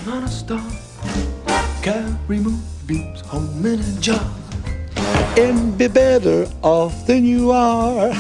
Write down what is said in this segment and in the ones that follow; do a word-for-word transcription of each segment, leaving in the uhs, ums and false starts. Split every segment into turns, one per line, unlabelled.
not a star. Carry moonbeams home in a jar. And be better off than you are.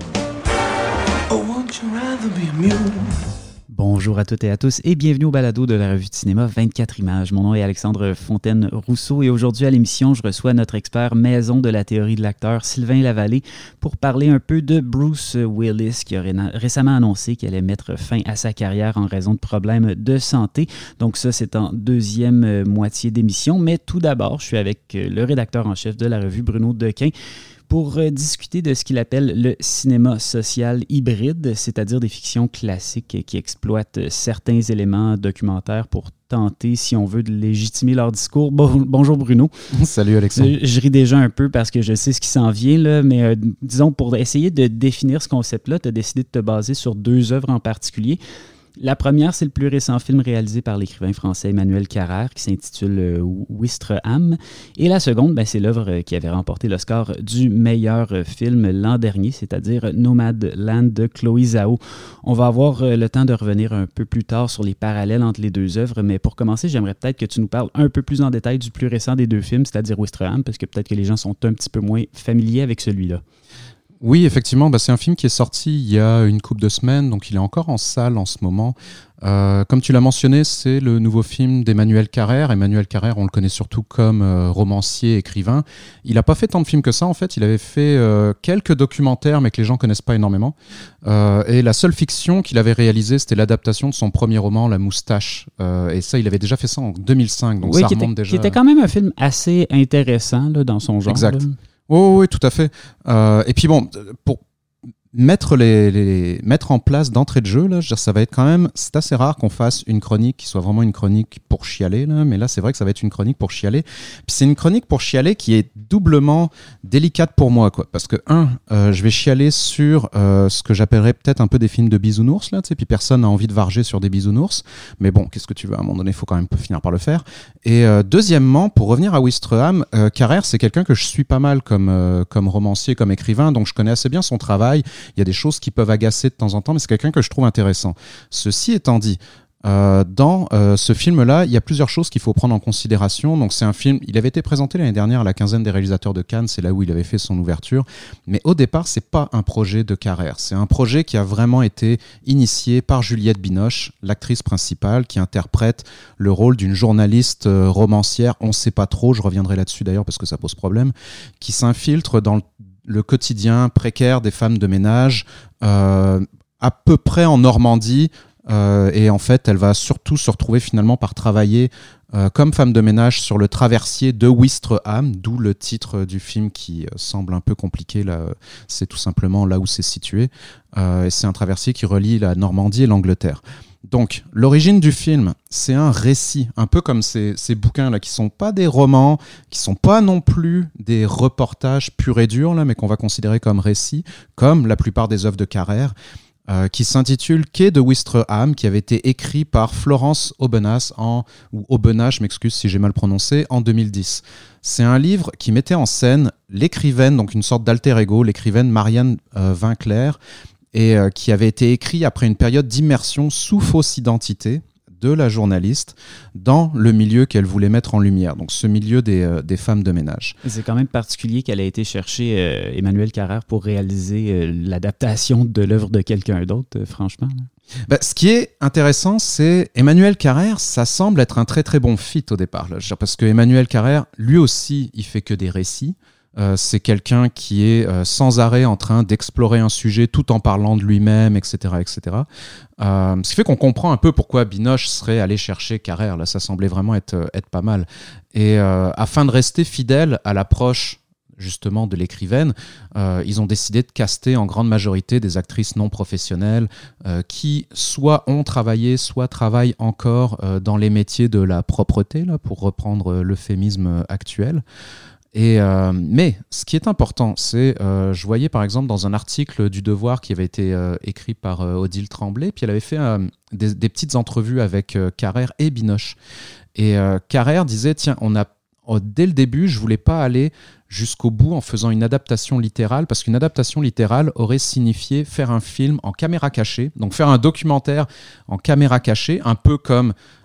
Or won't you rather be amused?
Bonjour à toutes et à tous et bienvenue au balado de la revue de cinéma vingt-quatre images. Mon nom est Alexandre Fontaine-Rousseau et aujourd'hui à l'émission, je reçois notre expert maison de la théorie de l'acteur Sylvain Lavallée pour parler un peu de Bruce Willis qui a récemment annoncé qu'il allait mettre fin à sa carrière en raison de problèmes de santé. Donc ça, c'est en deuxième moitié d'émission. Mais tout d'abord, je suis avec le rédacteur en chef de la revue, Bruno Dequin, pour euh, discuter de ce qu'il appelle le cinéma social hybride, c'est-à-dire des fictions classiques qui exploitent certains éléments documentaires pour tenter, si on veut, de légitimer leur discours. Bon, bonjour Bruno.
Salut Alexandre.
Je, je ris déjà un peu parce que je sais ce qui s'en vient, là, mais euh, disons, pour essayer de définir ce concept-là, tu as décidé de te baser sur deux œuvres en particulier. La première, c'est le plus récent film réalisé par l'écrivain français Emmanuel Carrère qui s'intitule euh, Ouistreham. Et la seconde, ben, c'est l'œuvre qui avait remporté l'Oscar du meilleur film l'an dernier, c'est-à-dire Nomadland de Chloé Zhao. On va avoir euh, le temps de revenir un peu plus tard sur les parallèles entre les deux œuvres, mais pour commencer, j'aimerais peut-être que tu nous parles un peu plus en détail du plus récent des deux films, c'est-à-dire Ouistreham, parce que peut-être que les gens sont un petit peu moins familiers avec celui-là.
Oui, effectivement, bah c'est un film qui est sorti il y a une couple de semaines, donc il est encore en salle en ce moment. Euh, comme tu l'as mentionné, c'est le nouveau film d'Emmanuel Carrère. Emmanuel Carrère, on le connaît surtout comme euh, romancier, écrivain. Il n'a pas fait tant de films que ça, en fait. Il avait fait euh, quelques documentaires, mais que les gens ne connaissent pas énormément. Euh, et la seule fiction qu'il avait réalisée, c'était l'adaptation de son premier roman, La Moustache. Euh, et ça, il avait déjà fait ça en deux mille cinq, donc
oui,
ça
qui
remonte
était,
déjà...
qui était quand même un film assez intéressant là, dans son genre.
Exact.
Là.
Oh, oui, tout à fait. Euh, et puis bon, pour mettre, les, les, mettre en place d'entrée de jeu, là, je veux dire, ça va être quand même, c'est assez rare qu'on fasse une chronique qui soit vraiment une chronique pour chialer, là, mais là, c'est vrai que ça va être une chronique pour chialer. Puis c'est une chronique pour chialer qui est doublement délicate pour moi, quoi, parce que, un, euh, je vais chialer sur euh, ce que j'appellerais peut-être un peu des films de bisounours, là, tu sais, puis personne n'a envie de varger sur des bisounours, mais bon, qu'est-ce que tu veux, à un moment donné, il faut quand même finir par le faire. Et euh, deuxièmement, pour revenir à Ouistreham, euh, Carrère, c'est quelqu'un que je suis pas mal comme, euh, comme romancier, comme écrivain, donc je connais assez bien son travail. Il y a des choses qui peuvent agacer de temps en temps, mais c'est quelqu'un que je trouve intéressant. Ceci étant dit, euh, dans euh, ce film-là, il y a plusieurs choses qu'il faut prendre en considération. Donc, c'est un film, il avait été présenté l'année dernière à la quinzaine des réalisateurs de Cannes, c'est là où il avait fait son ouverture. Mais au départ, c'est pas un projet de Carrère. C'est un projet qui a vraiment été initié par Juliette Binoche, l'actrice principale, qui interprète le rôle d'une journaliste euh, romancière. On ne sait pas trop, je reviendrai là-dessus d'ailleurs parce que ça pose problème, qui s'infiltre dans le le quotidien précaire des femmes de ménage, euh, à peu près en Normandie, euh, et en fait, elle va surtout se retrouver finalement par travailler euh, comme femme de ménage sur le traversier de Ouistreham, d'où le titre du film qui euh, semble un peu compliqué, là, c'est tout simplement là où c'est situé, euh, et c'est un traversier qui relie la Normandie et l'Angleterre. Donc, l'origine du film, c'est un récit, un peu comme ces, ces bouquins-là, qui ne sont pas des romans, qui ne sont pas non plus des reportages purs et durs, là, mais qu'on va considérer comme récits, comme la plupart des œuvres de Carrère, euh, qui s'intitule Quai de Ouistreham, qui avait été écrit par Florence Aubenas, en, ou Aubenas, je m'excuse si j'ai mal prononcé, en deux mille dix. C'est un livre qui mettait en scène l'écrivaine, donc une sorte d'alter ego, l'écrivaine Marianne euh, Vinclair, et euh, qui avait été écrit après une période d'immersion sous fausse identité de la journaliste dans le milieu qu'elle voulait mettre en lumière, donc ce milieu des, euh, des femmes de ménage.
C'est quand même particulier qu'elle ait été chercher euh, Emmanuel Carrère pour réaliser euh, l'adaptation de l'œuvre de quelqu'un d'autre, euh, franchement.
Ben, ce qui est intéressant, c'est Emmanuel Carrère, ça semble être un très très bon fit au départ, là, parce que Emmanuel Carrère, lui aussi, il fait que des récits. Euh, c'est quelqu'un qui est euh, sans arrêt en train d'explorer un sujet tout en parlant de lui-même, et cetera, et cetera. Euh, ce qui fait qu'on comprend un peu pourquoi Binoche serait allé chercher Carrère. Là, ça semblait vraiment être, être pas mal. Et euh, afin de rester fidèle à l'approche justement de l'écrivaine, euh, ils ont décidé de caster en grande majorité des actrices non professionnelles euh, qui soit ont travaillé, soit travaillent encore euh, dans les métiers de la propreté, là, pour reprendre l'euphémisme actuel. Et euh, mais ce qui est important, c'est, euh, je voyais par exemple dans un article du Devoir qui avait été euh, écrit par euh, Odile Tremblay, puis elle avait fait euh, des, des petites entrevues avec euh, Carrère et Binoche. Et euh, Carrère disait, tiens, on a, oh, dès le début, je voulais pas aller jusqu'au bout en faisant une adaptation littérale, parce qu'une adaptation littérale aurait signifié faire un film en caméra cachée, donc faire un documentaire en caméra cachée, un peu comme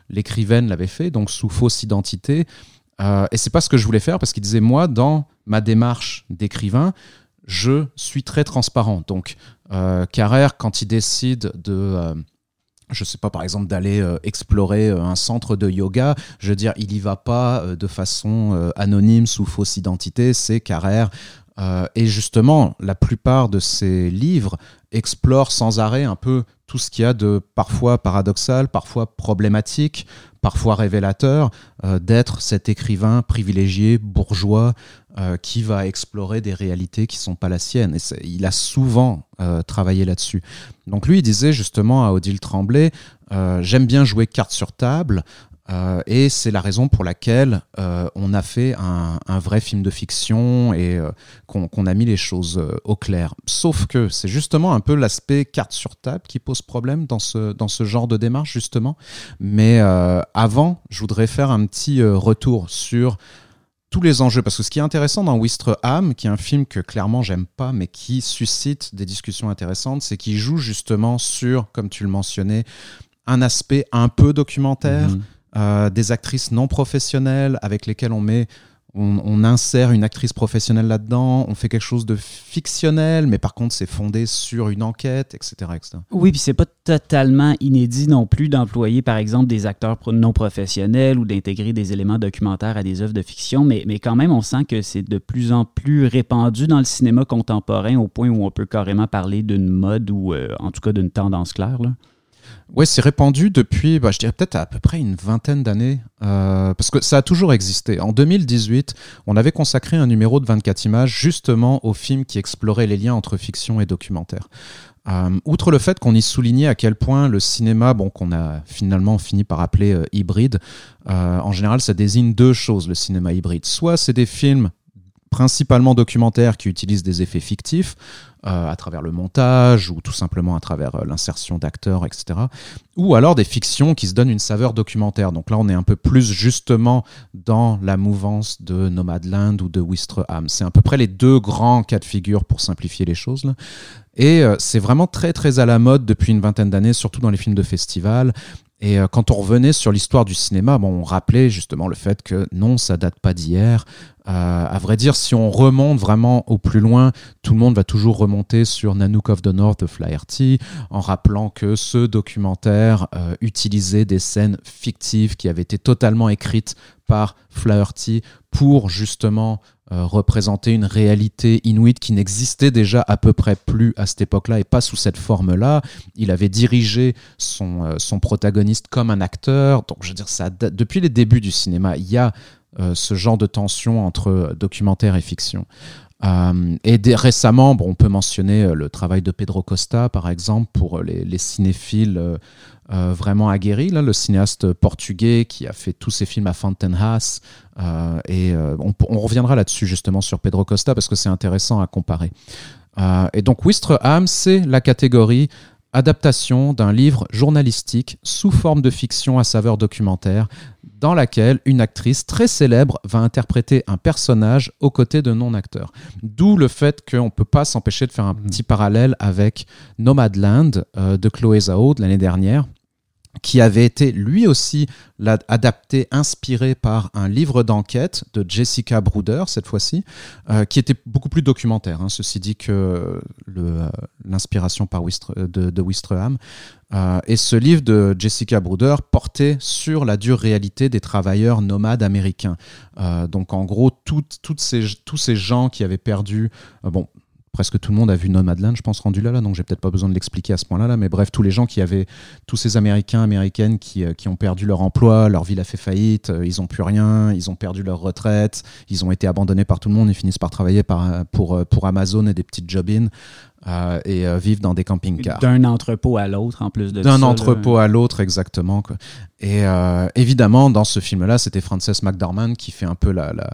l'écrivaine l'avait fait, donc sous fausse identité. Euh, et c'est pas ce que je voulais faire, parce qu'il disait, moi, dans ma démarche d'écrivain, je suis très transparent. Donc, euh, Carrère, quand il décide de... Euh, je sais pas, par exemple, d'aller euh, explorer euh, un centre de yoga, je veux dire, il y va pas euh, de façon euh, anonyme, sous fausse identité, c'est Carrère. Euh, et justement, la plupart de ses livres explorent sans arrêt un peu tout ce qu'il y a de parfois paradoxal, parfois problématique, parfois révélateur, euh, d'être cet écrivain privilégié, bourgeois, euh, qui va explorer des réalités qui ne sont pas la sienne. Et il a souvent euh, travaillé là-dessus. Donc lui, il disait justement à Odile Tremblay, euh, « J'aime bien jouer carte sur table ». Euh, et c'est la raison pour laquelle euh, on a fait un, un vrai film de fiction et euh, qu'on, qu'on a mis les choses euh, au clair. Sauf que c'est justement un peu l'aspect carte sur table qui pose problème dans ce, dans ce genre de démarche, justement. Mais euh, avant, je voudrais faire un petit euh, retour sur tous les enjeux. Parce que ce qui est intéressant dans Ouistreham, qui est un film que clairement j'aime pas, mais qui suscite des discussions intéressantes, c'est qu'il joue justement sur, comme tu le mentionnais, un aspect un peu documentaire, mmh. Euh, des actrices non professionnelles avec lesquelles on met, on, on insère une actrice professionnelle là-dedans, on fait quelque chose de fictionnel, mais par contre c'est fondé sur une enquête, et cetera, et cetera.
Oui, puis c'est pas totalement inédit non plus d'employer par exemple des acteurs non professionnels ou d'intégrer des éléments documentaires à des œuvres de fiction, mais, mais quand même on sent que c'est de plus en plus répandu dans le cinéma contemporain au point où on peut carrément parler d'une mode ou euh, en tout cas d'une tendance claire, là.
Oui, c'est répandu depuis, bah, je dirais peut-être à, à peu près une vingtaine d'années, euh, parce que ça a toujours existé. En deux mille dix-huit, on avait consacré un numéro de vingt-quatre images justement aux films qui exploraient les liens entre fiction et documentaire. Euh, outre le fait qu'on y soulignait à quel point le cinéma, bon, qu'on a finalement fini par appeler euh, hybride, euh, en général, ça désigne deux choses, le cinéma hybride. Soit c'est des films principalement documentaires qui utilisent des effets fictifs euh, à travers le montage ou tout simplement à travers euh, l'insertion d'acteurs, et cetera. Ou alors des fictions qui se donnent une saveur documentaire. Donc là, on est un peu plus justement dans la mouvance de Nomadland ou de Ouistreham. C'est à peu près les deux grands cas de figure pour simplifier les choses, là. Et euh, c'est vraiment très très à la mode depuis une vingtaine d'années, surtout dans les films de festival. Et euh, quand on revenait sur l'histoire du cinéma, bon, on rappelait justement le fait que non, ça date pas d'hier. Euh, à vrai dire, si on remonte vraiment au plus loin, tout le monde va toujours remonter sur Nanook of the North de Flaherty, en rappelant que ce documentaire euh, utilisait des scènes fictives qui avaient été totalement écrites par Flaherty pour justement euh, représenter une réalité inuite qui n'existait déjà à peu près plus à cette époque-là et pas sous cette forme-là. Il avait dirigé son, euh, son protagoniste comme un acteur. Donc, je veux dire, ça date, depuis les débuts du cinéma, il y a euh, ce genre de tension entre documentaire et fiction. Euh, et des, récemment, bon, on peut mentionner euh, le travail de Pedro Costa, par exemple, pour les, les cinéphiles euh, euh, vraiment aguerris, là, le cinéaste portugais qui a fait tous ses films à Fountain House. Euh, et euh, on, on reviendra là-dessus justement sur Pedro Costa parce que c'est intéressant à comparer. Euh, et donc Ouistreham, c'est la catégorie adaptation d'un livre journalistique sous forme de fiction à saveur documentaire dans laquelle une actrice très célèbre va interpréter un personnage aux côtés de non-acteurs. D'où le fait qu'on ne peut pas s'empêcher de faire un petit parallèle avec Nomadland euh, de Chloé Zhao de l'année dernière, qui avait été lui aussi adapté, inspiré par un livre d'enquête de Jessica Bruder, cette fois-ci, euh, qui était beaucoup plus documentaire, hein, ceci dit que le, euh, l'inspiration par Ouistre, de, de Ouistreham. Euh, et ce livre de Jessica Bruder portait sur la dure réalité des travailleurs nomades américains. Euh, donc en gros, tout, toutes ces, tous ces gens qui avaient perdu... Euh, bon, presque tout le monde a vu Nomadland, je pense, rendu là, là donc j'ai peut-être pas besoin de l'expliquer à ce point-là, là, mais bref, tous les gens qui avaient, tous ces Américains, Américaines qui, euh, qui ont perdu leur emploi, leur ville a fait faillite, euh, ils ont plus rien, ils ont perdu leur retraite, ils ont été abandonnés par tout le monde, ils finissent par travailler par, pour, pour Amazon et des petites job-ins euh, et euh, vivent dans des camping-cars.
D'un entrepôt à l'autre, en plus de
D'un
ça. D'un
entrepôt
là.
à l'autre, exactement, quoi. Et euh, évidemment, dans ce film-là, c'était Frances McDormand qui fait un peu la... la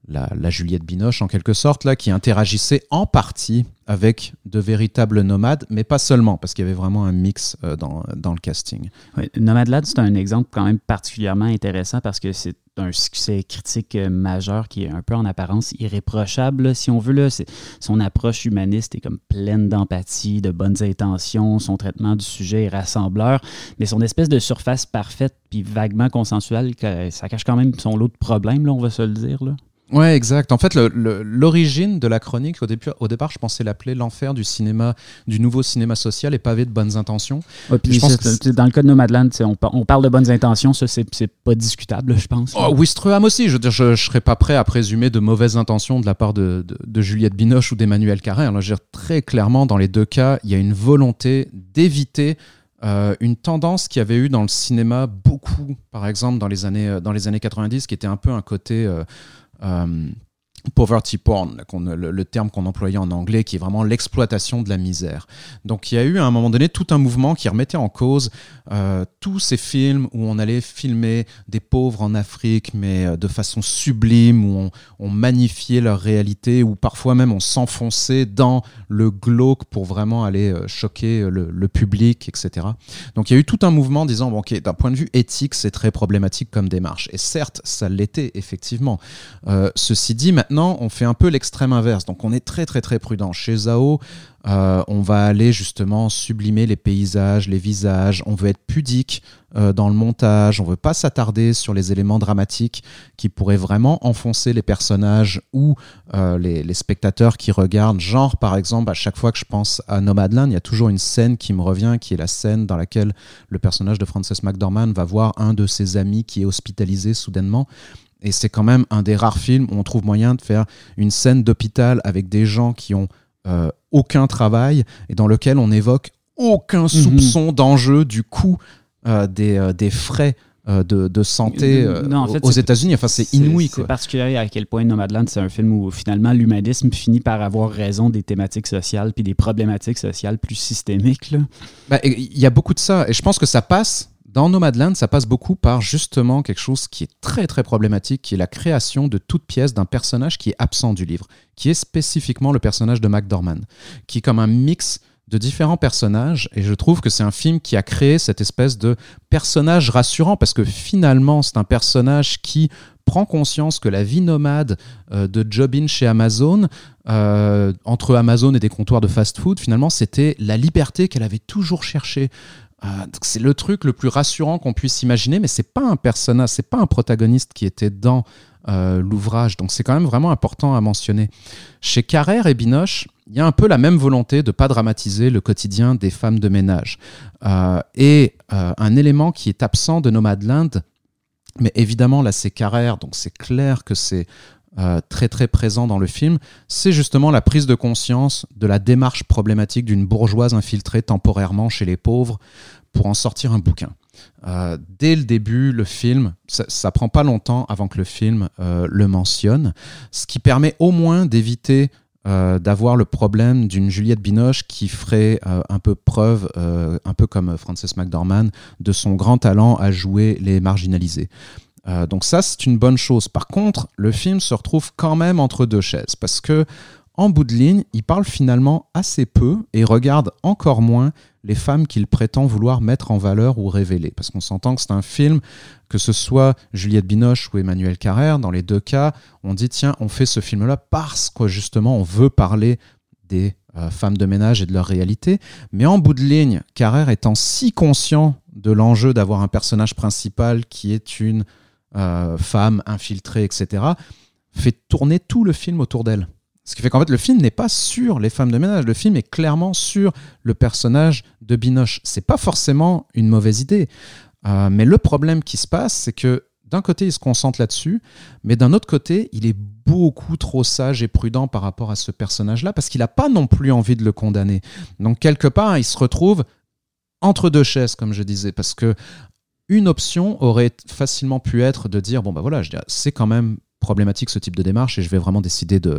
la, la Juliette Binoche en quelque sorte, là, qui interagissait en partie avec de véritables nomades, mais pas seulement, parce qu'il y avait vraiment un mix euh, dans, dans le casting.
Oui, Nomadland, c'est un exemple quand même particulièrement intéressant parce que c'est un succès critique majeur qui est un peu en apparence irréprochable, là, si on veut. Là, c'est, son approche humaniste est comme pleine d'empathie, de bonnes intentions, son traitement du sujet est rassembleur, mais son espèce de surface parfaite puis vaguement consensuelle, ça cache quand même son lot de problèmes, là, on va se le dire, là.
Ouais, exact. En fait, le, le, l'origine de la chronique, au, début, au départ, je pensais l'appeler l'enfer du cinéma, du nouveau cinéma social et pavé de bonnes intentions.
Ouais, puis je pense que dans le cas de Nomadland, on, on parle de bonnes intentions, ça, c'est, c'est pas discutable, je pense.
Oh, Ouistreham aussi. Je veux dire, je, je serais pas prêt à présumer de mauvaises intentions de la part de, de, de Juliette Binoche ou d'Emmanuel Carrère. Là, je veux dire, très clairement, dans les deux cas, il y a une volonté d'éviter Euh, une tendance qu'il y avait eu dans le cinéma beaucoup, par exemple dans les années, dans les années quatre-vingt-dix, qui était un peu un côté euh, euh, poverty porn, qu'on, le, le terme qu'on employait en anglais, qui est vraiment l'exploitation de la misère. Donc il y a eu à un moment donné tout un mouvement qui remettait en cause euh, tous ces films où on allait filmer des pauvres en Afrique, mais de façon sublime, où on, on magnifiait leur réalité, où parfois même on s'enfonçait dans le glauque pour vraiment aller euh, choquer le, le public, et cetera. Donc il y a eu tout un mouvement disant, bon, ok, d'un point de vue éthique, c'est très problématique comme démarche. Et certes, ça l'était effectivement. Euh, ceci dit, maintenant, on fait un peu l'extrême inverse. Donc on est très très très prudent. Chez Zhao, euh, on va aller justement sublimer les paysages, les visages. On veut être pudique euh, dans le montage. On veut pas s'attarder sur les éléments dramatiques qui pourraient vraiment enfoncer les personnages ou euh, les, les spectateurs qui regardent. Genre par exemple, à chaque fois que je pense à Nomadland, il y a toujours une scène qui me revient, qui est la scène dans laquelle le personnage de Frances McDormand va voir un de ses amis qui est hospitalisé soudainement. Et c'est quand même un des rares films où on trouve moyen de faire une scène d'hôpital avec des gens qui ont euh, aucun travail et dans lequel on évoque aucun soupçon mmh. d'enjeu du coût euh, des, euh, des frais euh, de, de santé euh, non, en fait, aux États-Unis. Enfin, c'est, c'est inouï.
C'est
quoi.
particulier à quel point Nomadland, c'est un film où finalement l'humanisme finit par avoir raison des thématiques sociales puis des problématiques sociales plus systémiques. Il
bah, y a beaucoup de ça. Et je pense que ça passe... Dans Nomadland, ça passe beaucoup par justement quelque chose qui est très très problématique, qui est la création de toute pièce d'un personnage qui est absent du livre, qui est spécifiquement le personnage de McDormand, qui est comme un mix de différents personnages, et je trouve que c'est un film qui a créé cette espèce de personnage rassurant, parce que finalement c'est un personnage qui prend conscience que la vie nomade euh, de Jobin chez Amazon, euh, entre Amazon et des comptoirs de fast-food, finalement c'était la liberté qu'elle avait toujours cherchée. Euh, c'est le truc le plus rassurant qu'on puisse imaginer, mais c'est pas un personnage, c'est pas un protagoniste qui était dans euh, l'ouvrage, donc c'est quand même vraiment important à mentionner. Chez Carrère et Binoche, il y a un peu la même volonté de pas dramatiser le quotidien des femmes de ménage. Euh, et euh, un élément qui est absent de Nomadland, mais évidemment là c'est Carrère, donc c'est clair que c'est Euh, très très présent dans le film, c'est justement la prise de conscience de la démarche problématique d'une bourgeoise infiltrée temporairement chez les pauvres pour en sortir un bouquin. Euh, dès le début, le film, ça, ça prend pas longtemps avant que le film euh, le mentionne, ce qui permet au moins d'éviter euh, d'avoir le problème d'une Juliette Binoche qui ferait euh, un peu preuve, euh, un peu comme Frances McDormand, de son grand talent à jouer les marginalisés. Euh, donc ça, c'est une bonne chose. Par contre, le film se retrouve quand même entre deux chaises, parce que en bout de ligne, il parle finalement assez peu et regarde encore moins les femmes qu'il prétend vouloir mettre en valeur ou révéler. Parce qu'on s'entend que c'est un film, que ce soit Juliette Binoche ou Emmanuel Carrère, dans les deux cas, on dit tiens, on fait ce film-là parce que justement on veut parler des euh, femmes de ménage et de leur réalité. Mais en bout de ligne, Carrère étant si conscient de l'enjeu d'avoir un personnage principal qui est une Euh, femme infiltrée, et cetera, fait tourner tout le film autour d'elle. Ce qui fait qu'en fait, le film n'est pas sur les femmes de ménage, le film est clairement sur le personnage de Binoche. C'est pas forcément une mauvaise idée, euh, mais le problème qui se passe, c'est que d'un côté, il se concentre là-dessus, mais d'un autre côté, il est beaucoup trop sage et prudent par rapport à ce personnage-là, parce qu'il n'a pas non plus envie de le condamner. Donc, quelque part, il se retrouve entre deux chaises, comme je disais, parce que une option aurait facilement pu être de dire bon bah voilà, je dirais, c'est quand même problématique ce type de démarche et je vais vraiment décider de,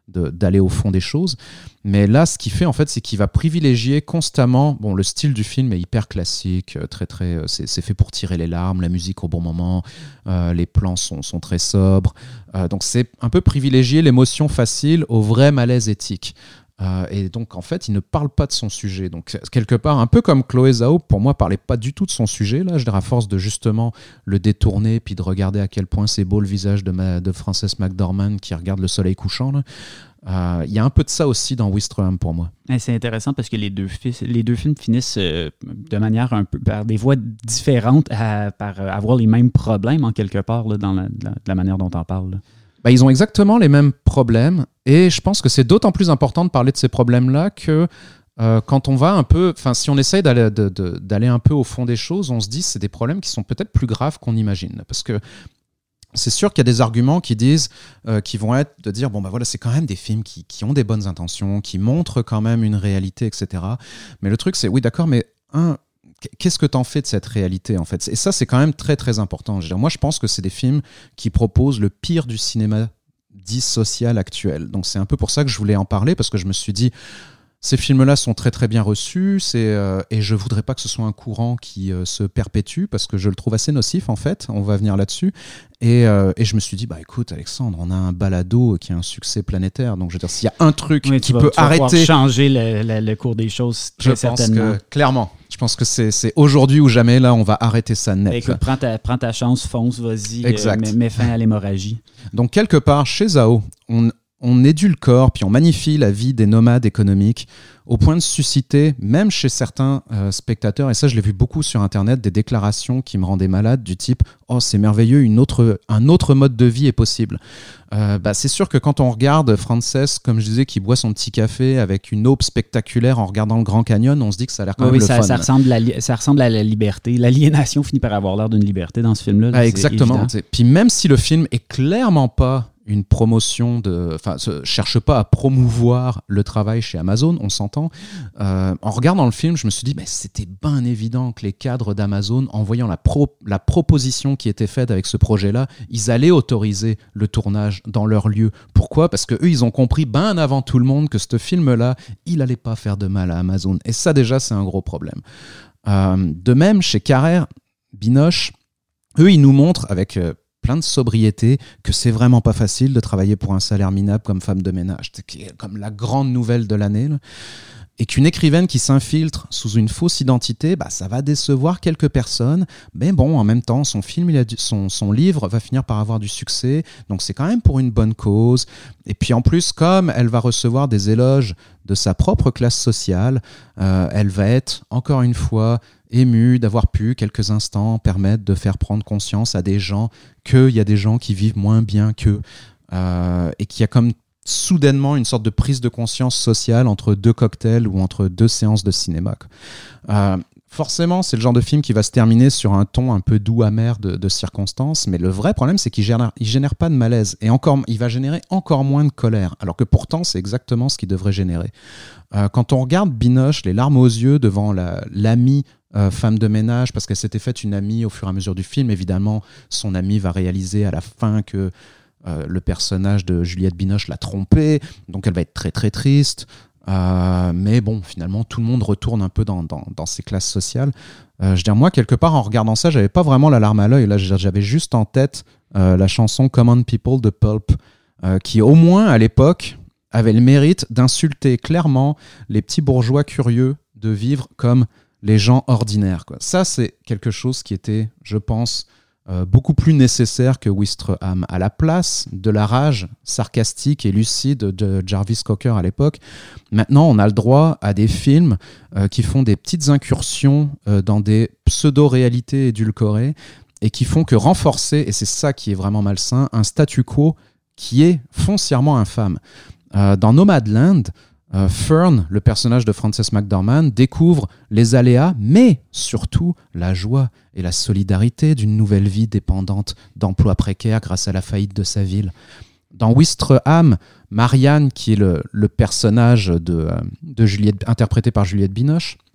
de, d'aller au fond des choses. Mais là, ce qu'il fait, en fait, c'est qu'il va privilégier constamment... Bon, le style du film est hyper classique, très, très, c'est, c'est fait pour tirer les larmes, la musique au bon moment, euh, les plans sont, sont très sobres. Euh, donc, c'est un peu privilégier l'émotion facile au vrai malaise éthique. Euh, et donc, en fait, il ne parle pas de son sujet. Donc, quelque part, un peu comme Chloé Zhao, pour moi, parlait pas du tout de son sujet. Là, je dirais à force de justement le détourner, puis de regarder à quel point c'est beau le visage de, ma, de Frances McDormand qui regarde le soleil couchant. Il euh, y a un peu de ça aussi dans Ouistreham pour moi.
Et c'est intéressant parce que les deux, les deux films finissent euh, de manière un peu par des voies différentes, à, par avoir les mêmes problèmes en quelque part là, dans la, la, la manière dont on parle. Là.
Bah, ils ont exactement les mêmes problèmes et je pense que c'est d'autant plus important de parler de ces problèmes-là que euh, quand on va un peu, enfin si on essaye d'aller, de, de, d'aller un peu au fond des choses, on se dit que c'est des problèmes qui sont peut-être plus graves qu'on imagine. Parce que c'est sûr qu'il y a des arguments qui disent, euh, qui vont être de dire, bon bah voilà, c'est quand même des films qui, qui ont des bonnes intentions, qui montrent quand même une réalité, et cetera. Mais le truc c'est, oui d'accord, mais un... qu'est-ce que t'en fais de cette réalité en fait ? Et ça c'est quand même très très important. Je veux dire, moi je pense que c'est des films qui proposent le pire du cinéma dit social actuel. Donc c'est un peu pour ça que je voulais en parler, parce que je me suis dit ces films-là sont très très bien reçus, c'est, euh, et je voudrais pas que ce soit un courant qui euh, se perpétue, parce que je le trouve assez nocif en fait, on va venir là-dessus. Et, euh, et je me suis dit, bah écoute Alexandre, on a un balado qui a un succès planétaire, donc je veux dire, s'il y a un truc
oui,
qui
vas,
peut arrêter...
changer le, le, le cours des choses, très
je
certainement.
pense que, clairement, je pense que c'est, c'est aujourd'hui ou jamais, là, on va arrêter ça net.
Écoute, prends ta, prends ta chance, fonce, vas-y,
exact.
Euh, mets, mets fin à l'hémorragie.
Donc quelque part, chez Zhao, on... on édulcore puis on magnifie la vie des nomades économiques au point de susciter, même chez certains euh, spectateurs, et ça je l'ai vu beaucoup sur internet, des déclarations qui me rendaient malade du type « Oh c'est merveilleux, une autre, un autre mode de vie est possible euh, ». Bah, c'est sûr que quand on regarde Frances, comme je disais, qui boit son petit café avec une aube spectaculaire en regardant le Grand Canyon, on se dit que ça a l'air quand
oui,
même
oui,
le
ça,
fun.
Ça ressemble, à, ça ressemble à la liberté. L'aliénation finit par avoir l'air d'une liberté dans ce film-là. Là,
ah, exactement. Puis même si le film est clairement pas une promotion de... Enfin, ne cherche pas à promouvoir le travail chez Amazon, on s'entend. Euh, en regardant le film, je me suis dit, mais c'était bien évident que les cadres d'Amazon, en voyant la, pro, la proposition qui était faite avec ce projet-là, ils allaient autoriser le tournage dans leur lieu. Pourquoi ? Parce qu'eux, ils ont compris bien avant tout le monde que ce film-là, il n'allait pas faire de mal à Amazon. Et ça, déjà, c'est un gros problème. Euh, de même, chez Carrère, Binoche, eux, ils nous montrent avec... Euh, plein de sobriété, que c'est vraiment pas facile de travailler pour un salaire minable comme femme de ménage, c'est comme la grande nouvelle de l'année, là. Et qu'une écrivaine qui s'infiltre sous une fausse identité, bah, ça va décevoir quelques personnes, mais bon, en même temps, son film, il a du, son, son livre va finir par avoir du succès, donc c'est quand même pour une bonne cause. Et puis en plus, comme elle va recevoir des éloges de sa propre classe sociale, euh, elle va être, encore une fois, ému d'avoir pu, quelques instants, permettre de faire prendre conscience à des gens qu'il y a des gens qui vivent moins bien qu'eux, euh, et qu'il y a comme soudainement une sorte de prise de conscience sociale entre deux cocktails ou entre deux séances de cinéma. Euh, forcément, c'est le genre de film qui va se terminer sur un ton un peu doux, amer de, de circonstances, mais le vrai problème, c'est qu'il génère, il génère pas de malaise, et encore, il va générer encore moins de colère, alors que pourtant, c'est exactement ce qu'il devrait générer. Euh, quand on regarde Binoche, les larmes aux yeux devant la, l'amie Euh, femme de ménage, parce qu'elle s'était faite une amie au fur et à mesure du film. Évidemment, son amie va réaliser à la fin que euh, le personnage de Juliette Binoche l'a trompée, donc elle va être très très triste. Euh, mais bon, finalement, tout le monde retourne un peu dans, dans, dans ses classes sociales. Euh, je veux dire, moi, quelque part, en regardant ça, j'avais pas vraiment la larme à l'œil. Là, j'avais juste en tête euh, la chanson Common People de Pulp, euh, qui au moins, à l'époque, avait le mérite d'insulter clairement les petits bourgeois curieux de vivre comme les gens ordinaires, quoi. Ça, c'est quelque chose qui était, je pense, euh, beaucoup plus nécessaire que Ouistreham. À la place de la rage sarcastique et lucide de Jarvis Cocker à l'époque, maintenant, on a le droit à des films euh, qui font des petites incursions euh, dans des pseudo-réalités édulcorées et qui font que renforcer, et c'est ça qui est vraiment malsain, un statu quo qui est foncièrement infâme. Euh, dans Nomadland, Euh, Fern, le personnage de Frances McDormand, découvre les aléas, mais surtout la joie et la solidarité d'une nouvelle vie dépendante d'emplois précaires grâce à la faillite de sa ville. Dans Ouistreham, Marianne, qui est le, le personnage de, de Juliette, interprété par Juliette Binoche,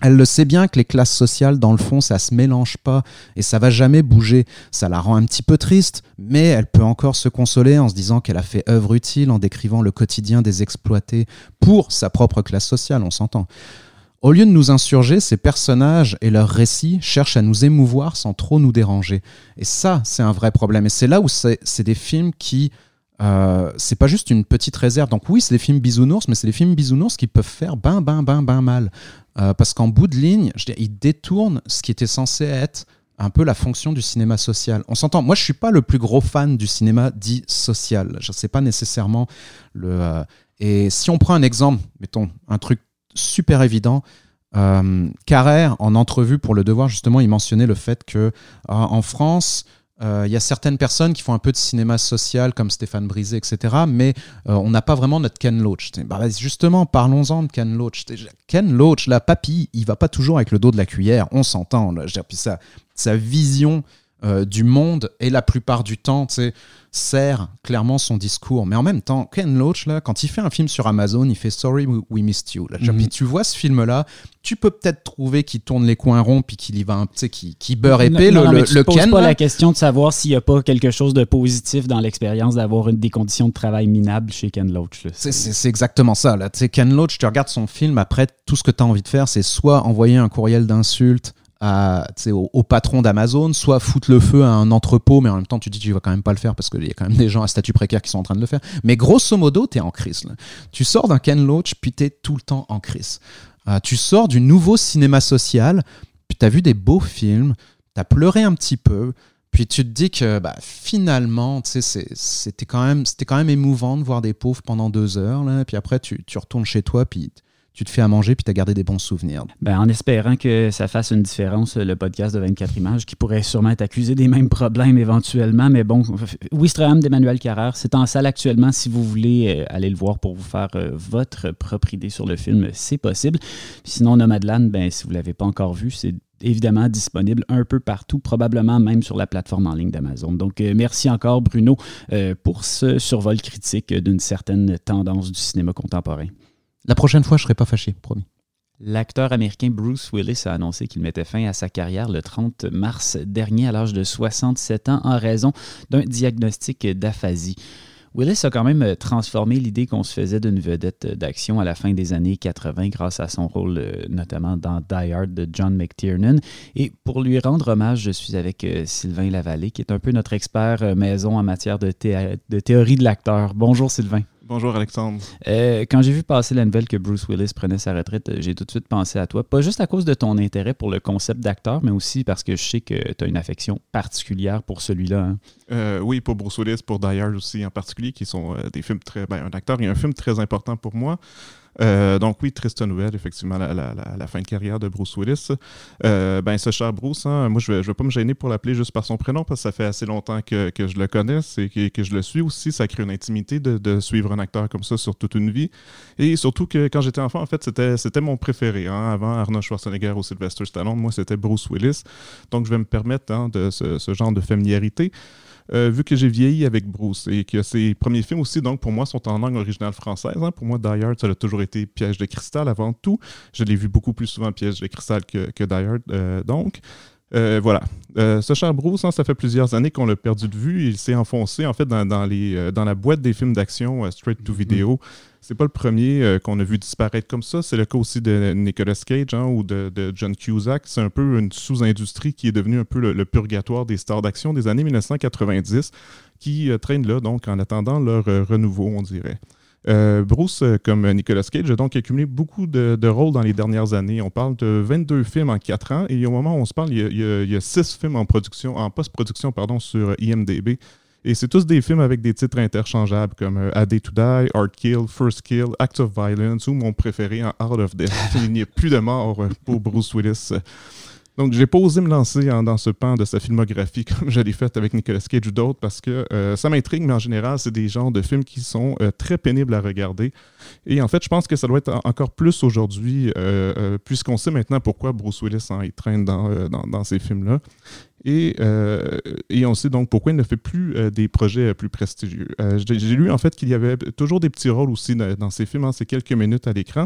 Elle le sait bien que les classes sociales, dans le fond, ça se mélange pas et ça va jamais bouger. Ça la rend un petit peu triste, mais elle peut encore se consoler en se disant qu'elle a fait œuvre utile en décrivant le quotidien des exploités pour sa propre classe sociale, on s'entend. Au lieu de nous insurger, ces personnages et leurs récits cherchent à nous émouvoir sans trop nous déranger. Et ça, c'est un vrai problème. Et c'est là où c'est, c'est des films qui... Euh, c'est pas juste une petite réserve. Donc oui, c'est des films bisounours, mais c'est des films bisounours qui peuvent faire ben, ben, ben, ben mal. Euh, parce qu'en bout de ligne, je dirais, ils détournent ce qui était censé être un peu la fonction du cinéma social. On s'entend, moi je suis pas le plus gros fan du cinéma dit social. Je sais pas nécessairement le... Euh, et si on prend un exemple, mettons un truc super évident, euh, Carrère, en entrevue pour Le Devoir, justement, il mentionnait le fait que euh, en France... Il euh, y a certaines personnes qui font un peu de cinéma social comme Stéphane Brisé, et cetera. Mais euh, on n'a pas vraiment notre Ken Loach. Bah, justement, parlons-en de Ken Loach. Ken Loach, la papille, il va pas toujours avec le dos de la cuillère. On s'entend. Là. Je veux dire, puis sa, sa vision euh, du monde et la plupart du temps, tu sais, sert clairement son discours. Mais en même temps, Ken Loach, là, quand il fait un film sur Amazon, il fait Sorry We Missed You. Là. Mm-hmm. Puis tu vois ce film-là, tu peux peut-être trouver qu'il tourne les coins ronds puis qu'il y va un petit, qu'il, qu'il beurre épais.
Non,
le,
non, mais
le,
tu
le
te poses
Ken,
pas
là.
la question de savoir s'il n'y a pas quelque chose de positif dans l'expérience d'avoir une, des conditions de travail minables chez Ken Loach. Là.
C'est, c'est, c'est exactement ça. Là. Ken Loach, tu regardes son film, après, tout ce que tu as envie de faire, c'est soit envoyer un courriel d'insulte à, au, au patron d'Amazon, soit foutre le feu à un entrepôt, mais en même temps tu te dis tu vas quand même pas le faire parce qu'il y a quand même des gens à statut précaire qui sont en train de le faire. Mais grosso modo, t'es en crise. Là. Tu sors d'un Ken Loach, puis t'es tout le temps en crise. Euh, tu sors du nouveau cinéma social, puis t'as vu des beaux films, t'as pleuré un petit peu, puis tu te dis que bah, finalement, c'est, c'était, quand même, c'était quand même émouvant de voir des pauvres pendant deux heures, là, puis après tu, tu retournes chez toi, puis tu te fais à manger puis tu as gardé des bons souvenirs.
Ben, en espérant que ça fasse une différence, le podcast de vingt-quatre images, qui pourrait sûrement être accusé des mêmes problèmes éventuellement, mais bon, Ouistreham d'Emmanuel Carrère, c'est en salle actuellement. Si vous voulez aller le voir pour vous faire euh, votre propre idée sur le film, c'est possible. Puis sinon, Nomadland, ben, si vous ne l'avez pas encore vu, c'est évidemment disponible un peu partout, probablement même sur la plateforme en ligne d'Amazon. Donc, euh, merci encore, Bruno, euh, pour ce survol critique d'une certaine tendance du cinéma contemporain.
La prochaine fois, je ne serai pas fâché, promis.
L'acteur américain Bruce Willis a annoncé qu'il mettait fin à sa carrière le trente mars dernier à l'âge de soixante-sept ans en raison d'un diagnostic d'aphasie. Willis a quand même transformé l'idée qu'on se faisait d'une vedette d'action à la fin des années quatre-vingts grâce à son rôle notamment dans Die Hard de John McTiernan. Et pour lui rendre hommage, je suis avec Sylvain Lavallée, qui est un peu notre expert maison en matière de, thé- de théorie de l'acteur. Bonjour Sylvain.
Bonjour Alexandre.
Euh, quand j'ai vu passer la nouvelle que Bruce Willis prenait sa retraite, j'ai tout de suite pensé à toi. Pas juste à cause de ton intérêt pour le concept d'acteur, mais aussi parce que je sais que tu as une affection particulière pour celui-là. Hein.
Euh, oui, pour Bruce Willis, pour Die Hard aussi en particulier, qui sont euh, des films très... Ben, un acteur et un film très important pour moi. Euh, donc oui, triste nouvelle, effectivement, la, la, la, la fin de carrière de Bruce Willis. Euh, ben, ce cher Bruce, hein, moi, je ne vais, je vais pas me gêner pour l'appeler juste par son prénom, parce que ça fait assez longtemps que, que je le connais et que, que je le suis aussi. Ça crée une intimité de, de suivre un acteur comme ça sur toute une vie. Et surtout que quand j'étais enfant, en fait, c'était, c'était mon préféré. Hein, avant Arnold Schwarzenegger ou Sylvester Stallone, moi, c'était Bruce Willis. Donc, je vais me permettre hein, de ce, ce genre de familiarité. Euh, vu que j'ai vieilli avec Bruce et que ses premiers films aussi, donc pour moi, sont en langue originale française. Hein. Pour moi, Die Hard, ça a toujours été Piège de cristal avant tout. Je l'ai vu beaucoup plus souvent Piège de cristal que, que Die Hard, euh, donc. Euh, voilà. Euh, ce cher Bruce, hein, ça fait plusieurs années qu'on l'a perdu de vue. Il s'est enfoncé, en fait, dans, dans, les, euh, dans la boîte des films d'action euh, straight to video. Mm-hmm. C'est pas le premier euh, qu'on a vu disparaître comme ça. C'est le cas aussi de Nicolas Cage hein, ou de, de John Cusack. C'est un peu une sous-industrie qui est devenue un peu le, le purgatoire des stars d'action des années dix-neuf cent quatre-vingt-dix qui euh, traînent là, donc, en attendant leur euh, renouveau, on dirait. Euh, Bruce, euh, comme Nicolas Cage, a donc accumulé beaucoup de, de rôles dans les dernières années. On parle de vingt-deux films en quatre ans et au moment où on se parle, il y a, il y a, il y a six films en production, en post-production pardon, sur I M D B. Et c'est tous des films avec des titres interchangeables comme euh, A Day to Die, Hard Kill, First Kill, Act of Violence ou mon préféré, en Art of Death. Il n'y a plus de mort euh, pour Bruce Willis. Donc, j'ai pas osé me lancer hein, dans ce pan de sa filmographie comme je l'ai fait avec Nicolas Cage ou d'autres parce que euh, ça m'intrigue, mais en général, c'est des genres de films qui sont euh, très pénibles à regarder. Et en fait, je pense que ça doit être encore plus aujourd'hui, euh, euh, puisqu'on sait maintenant pourquoi Bruce Willis hein, il traîne dans, euh, dans, dans ces films-là. Et, euh, et on sait donc pourquoi il ne fait plus euh, des projets euh, plus prestigieux. Euh, j'ai, j'ai lu en fait qu'il y avait toujours des petits rôles aussi dans, dans ces films, hein, c'est quelques minutes à l'écran.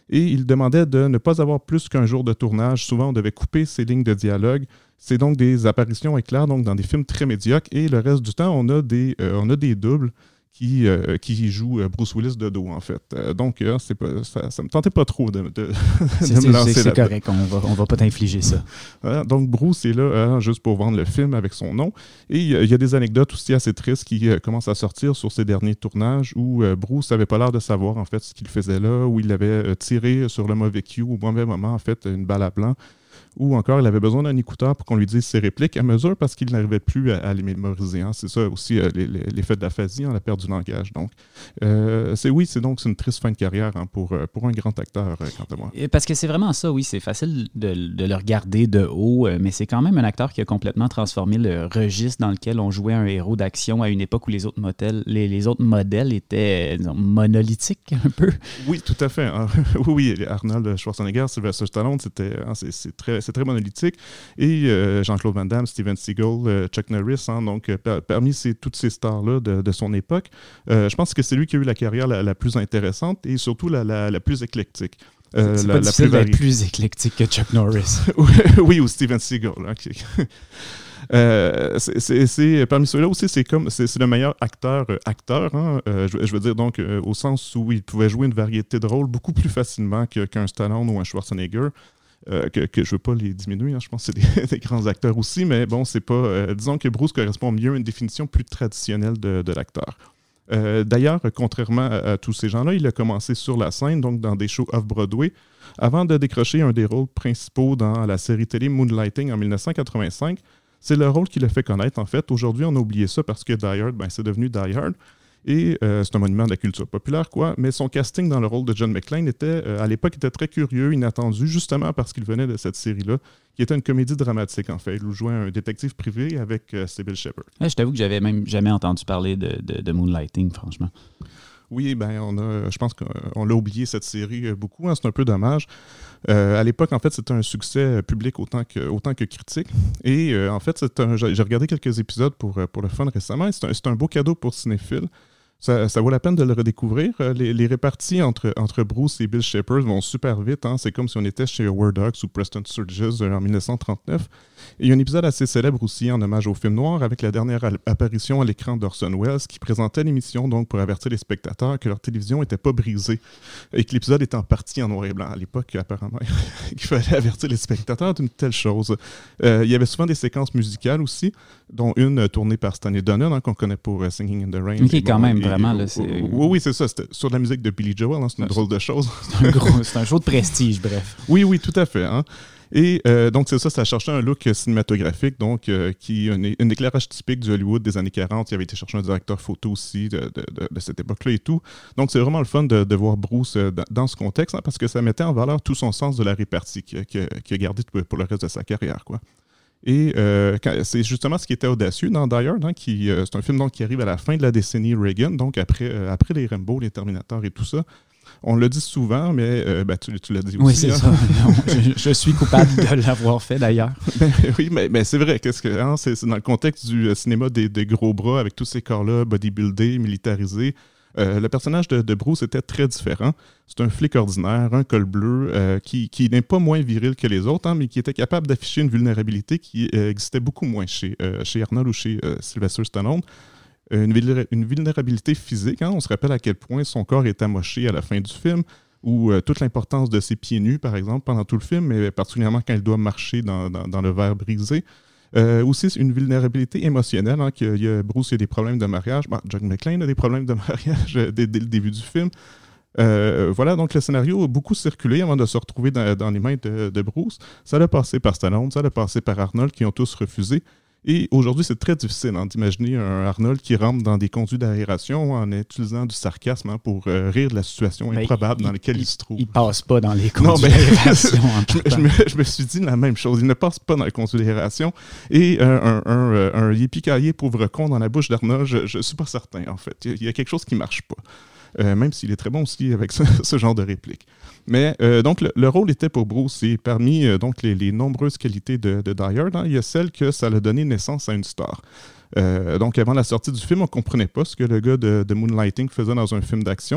Et il demandait de ne pas avoir plus qu'un jour de tournage. Souvent, on devait couper ses lignes de dialogue. C'est donc des apparitions éclairs donc dans des films très médiocres. Et le reste du temps, on a des, euh, on a des doubles qui, euh, qui jouent Bruce Willis de dos, en fait. Euh, donc, euh, c'est pas, ça ne me tentait pas trop de, de, de
c'est,
me
c'est,
lancer
c'est,
là-dedans.
C'est correct, on va, on va pas t'infliger ça.
Voilà, donc, Bruce est là euh, juste pour vendre le film avec son nom. Et il euh, y a des anecdotes aussi assez tristes qui euh, commencent à sortir sur ses derniers tournages où euh, Bruce n'avait pas l'air de savoir, en fait, ce qu'il faisait là, où il avait euh, tiré sur le mauvais cue, au mauvais moment, en fait, une balle à blanc. Ou encore, il avait besoin d'un écouteur pour qu'on lui dise ses répliques à mesure parce qu'il n'arrivait plus à, à les mémoriser. Hein. C'est ça aussi euh, les, les, l'effet de l'aphasie, hein, la perte du langage. Donc, euh, c'est oui, c'est donc c'est une triste fin de carrière hein, pour, euh, pour un grand acteur, euh, quant à moi.
Parce que c'est vraiment ça, oui, c'est facile de, de le regarder de haut, euh, mais c'est quand même un acteur qui a complètement transformé le registre dans lequel on jouait un héros d'action à une époque où les autres modèles, les, les autres modèles étaient disons, monolithiques un peu.
Oui, tout à fait. Hein. oui, oui, Arnold Schwarzenegger, Sylvester Stallone, c'était, hein, c'est, c'est très c'est très monolithique. Et euh, Jean-Claude Van Damme, Steven Seagal, euh, Chuck Norris, hein, donc euh, par, parmi ces, toutes ces stars-là de, de son époque, euh, je pense que c'est lui qui a eu la carrière la, la plus intéressante et surtout la, la, la plus éclectique.
Euh, c'est la, pas la difficile plus d'être plus éclectique que Chuck Norris.
oui, ou Steven Seagal. Hein, qui... Euh, c'est, c'est, c'est, parmi ceux-là aussi, c'est comme c'est, c'est le meilleur acteur euh, acteur, hein, euh, je, je veux dire donc euh, au sens où il pouvait jouer une variété de rôles beaucoup plus facilement que, qu'un Stallone ou un Schwarzenegger. Euh, que, que je ne veux pas les diminuer, hein, je pense que c'est des, des grands acteurs aussi, mais bon, c'est pas. Euh, disons que Bruce correspond mieux à une définition plus traditionnelle de, de l'acteur. Euh, d'ailleurs, contrairement à, à tous ces gens-là, il a commencé sur la scène, donc dans des shows off-Broadway, avant de décrocher un des rôles principaux dans la série télé Moonlighting en dix-neuf cent quatre-vingt-cinq. C'est le rôle qui l'a fait connaître, en fait. Aujourd'hui, on a oublié ça parce que Die Hard, ben, c'est devenu Die Hard. Et euh, c'est un monument de la culture populaire, quoi. Mais son casting dans le rôle de John McClane était, euh, à l'époque, était très curieux, inattendu, justement parce qu'il venait de cette série-là, qui était une comédie dramatique, en fait. Il jouait un détective privé avec euh, Sybil Shepherd.
Ouais, je t'avoue que j'avais même jamais entendu parler de, de, de Moonlighting, franchement.
Oui, ben on a, je pense qu'on l'a oublié cette série beaucoup, hein, c'est un peu dommage. Euh, à l'époque, en fait, c'était un succès public autant que, autant que critique. Et euh, en fait, c'est un, j'ai regardé quelques épisodes pour, pour le fun récemment. Et c'est, un, c'est un beau cadeau pour cinéphiles. Ça, ça vaut la peine de le redécouvrir. Les, les réparties entre, entre Bruce et Bill Shepherd vont super vite. Hein. C'est comme si on était chez War Dogs ou Preston Sturges en dix-neuf cent trente-neuf. Et il y a un épisode assez célèbre aussi en hommage au film noir avec la dernière apparition à l'écran d'Orson Welles qui présentait l'émission donc pour avertir les spectateurs que leur télévision n'était pas brisée et que l'épisode était en partie en noir et blanc. À l'époque, apparemment, il fallait avertir les spectateurs d'une telle chose. Euh, il y avait souvent des séquences musicales aussi, dont une tournée par Stanley Donen, hein, qu'on connaît pour uh, Singing in the Rain.
Ok, quand bon, même, et, vraiment. Là, c'est...
Oui, oui, c'est ça. C'était sur de la musique de Billy Joel, hein, c'est une ouais, drôle de chose.
C'est un, gros, c'est un show de prestige, bref.
Oui, oui, tout à fait. Hein. Et euh, donc, c'est ça, ça cherchait un look cinématographique, donc, euh, qui un, un éclairage typique du Hollywood des années quarante. Il avait été chercher un directeur photo aussi de, de, de, de cette époque-là et tout. Donc, c'est vraiment le fun de, de voir Bruce euh, dans, dans ce contexte, hein, parce que ça mettait en valeur tout son sens de la répartie qu'il qu qu a gardé pour le reste de sa carrière, quoi. Et euh, quand, c'est justement ce qui était audacieux dans Die Hard, hein, qui, euh, c'est un film donc, qui arrive à la fin de la décennie Reagan, donc après, euh, après les Rambo, les Terminator et tout ça. On le dit souvent, mais euh, ben, tu, tu l'as dit aussi.
Oui, c'est
hein.
ça. Non, je, je suis coupable de l'avoir fait d'ailleurs.
Ben, oui, mais, mais c'est vrai. Qu'est-ce que, hein, c'est, c'est dans le contexte du euh, cinéma des, des gros bras, avec tous ces corps-là, bodybuildés, militarisés. Euh, le personnage de, de Bruce était très différent. C'est un flic ordinaire, un col bleu, euh, qui, qui n'est pas moins viril que les autres, hein, mais qui était capable d'afficher une vulnérabilité qui euh, existait beaucoup moins chez, euh, chez Arnold ou chez euh, Sylvester Stallone. Une, une vulnérabilité physique. Hein, on se rappelle à quel point son corps est amoché à la fin du film, ou euh, toute l'importance de ses pieds nus, par exemple, pendant tout le film, mais particulièrement quand il doit marcher dans, dans, dans le verre brisé. Euh, aussi, une vulnérabilité émotionnelle. Hein, qu'il y a, Bruce a des problèmes de mariage. Bon, John McClane a des problèmes de mariage dès, dès le début du film. Euh, voilà, donc le scénario a beaucoup circulé avant de se retrouver dans, dans les mains de, de Bruce. Ça l'a passé par Stallone, ça l'a passé par Arnold, qui ont tous refusé. Et aujourd'hui, c'est très difficile hein, d'imaginer un Arnold qui rentre dans des conduits d'aération en utilisant du sarcasme hein, pour euh, rire de la situation ben, improbable il, dans laquelle il, il se trouve.
Il passe pas dans les conduits
non, ben,
d'aération.
je, je, me, je me suis dit la même chose. Il ne passe pas dans les conduits d'aération. Et euh, un, un, un, un yippee-ki-yay pauvre con dans la bouche d'Arnold, je ne suis pas certain, en fait. Il y a quelque chose qui ne marche pas. Euh, même s'il est très bon aussi avec ce, ce genre de réplique. Mais euh, donc, le, le rôle était pour Bruce, et parmi euh, donc, les, les nombreuses qualités de, de Die Hard, hein, il y a celle que ça a donné naissance à une star. Euh, donc, avant la sortie du film, on ne comprenait pas ce que le gars de, de Moonlighting faisait dans un film d'action,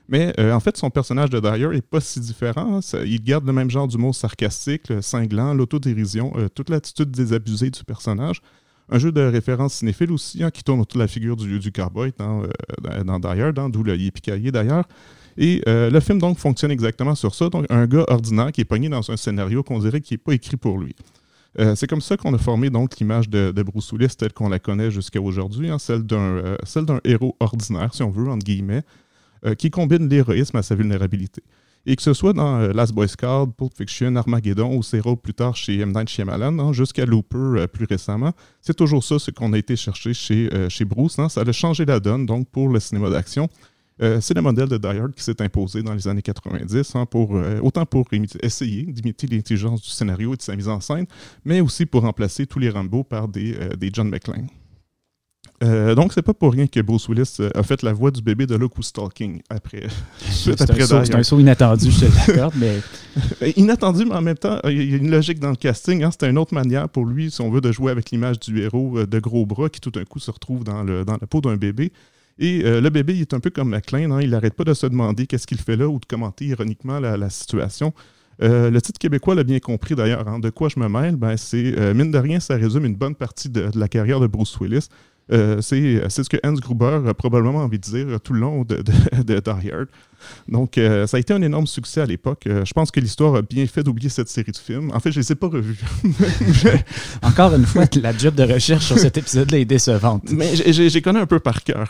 Mais euh, en fait, son personnage de Dyer n'est pas si différent. Ça, il garde le même genre d'humour sarcastique, le cinglant, l'autodérision, euh, toute l'attitude désabusée du personnage. Un jeu de référence cinéphile aussi, hein, qui tourne autour de la figure du, du cowboy dans, euh, dans Dyer, dans, d'où le yippee d'ailleurs. Et euh, le film donc fonctionne exactement sur ça. Donc un gars ordinaire qui est pogné dans un scénario qu'on dirait qui n'est pas écrit pour lui. Euh, c'est comme ça qu'on a formé donc l'image de, de Bruce Willis telle qu'on la connaît jusqu'à aujourd'hui, hein, celle d'un, euh, celle d'un héros ordinaire, si on veut, entre guillemets, euh, qui combine l'héroïsme à sa vulnérabilité. Et que ce soit dans euh, Last Boy Scout, Pulp Fiction, Armageddon ou ses rôles plus tard chez M. Night Shyamalan, hein, jusqu'à Looper euh, plus récemment, c'est toujours ça ce qu'on a été chercher chez, euh, chez Bruce. Hein, ça a changé la donne donc pour le cinéma d'action. Euh, c'est le modèle de Die Hard qui s'est imposé dans les années quatre-vingt-dix, hein, pour, euh, autant pour imiter, essayer d'imiter l'intelligence du scénario et de sa mise en scène, mais aussi pour remplacer tous les Rambo par des, euh, des John McClane. Euh, donc, c'est pas pour rien que Bruce Willis euh, a fait la voix du bébé de Look Who's Talking après.
C'est, après un saut, c'est un saut inattendu, je te l'accorde, mais.
Inattendu, mais en même temps, il y a une logique dans le casting. Hein, c'était une autre manière pour lui, si on veut, de jouer avec l'image du héros euh, de gros bras qui tout d'un coup se retrouve dans, le, dans la peau d'un bébé. Et euh, le bébé, il est un peu comme McClane, hein, il n'arrête pas de se demander qu'est-ce qu'il fait là ou de commenter ironiquement la, la situation. Euh, le titre québécois l'a bien compris d'ailleurs. Hein, de quoi je me mêle? Ben, c'est, euh, mine de rien, ça résume une bonne partie de, de la carrière de Bruce Willis. Euh, c'est, c'est ce que Hans Gruber a probablement envie de dire tout le long de, de, de Die Hard. Donc, euh, ça a été un énorme succès à l'époque. Euh, je pense que l'histoire a bien fait d'oublier cette série de films. En fait, je ne les ai pas revus.
Encore une fois, la job de recherche sur cet épisode-là est décevante.
Mais j'ai, j'ai connu un peu par cœur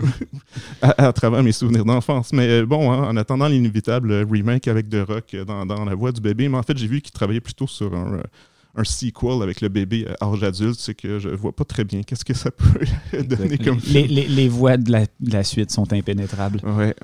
à, à travers mes souvenirs d'enfance. Mais bon, hein, en attendant l'inévitable remake avec The Rock dans, dans la voix du bébé, mais en fait, j'ai vu qu'il travaillait plutôt sur un... Euh, un sequel avec le bébé à âge adulte, c'est que je vois pas très bien qu'est-ce que ça peut donner comme
les, les, les voies de la, de la suite sont impénétrables.
Ouais.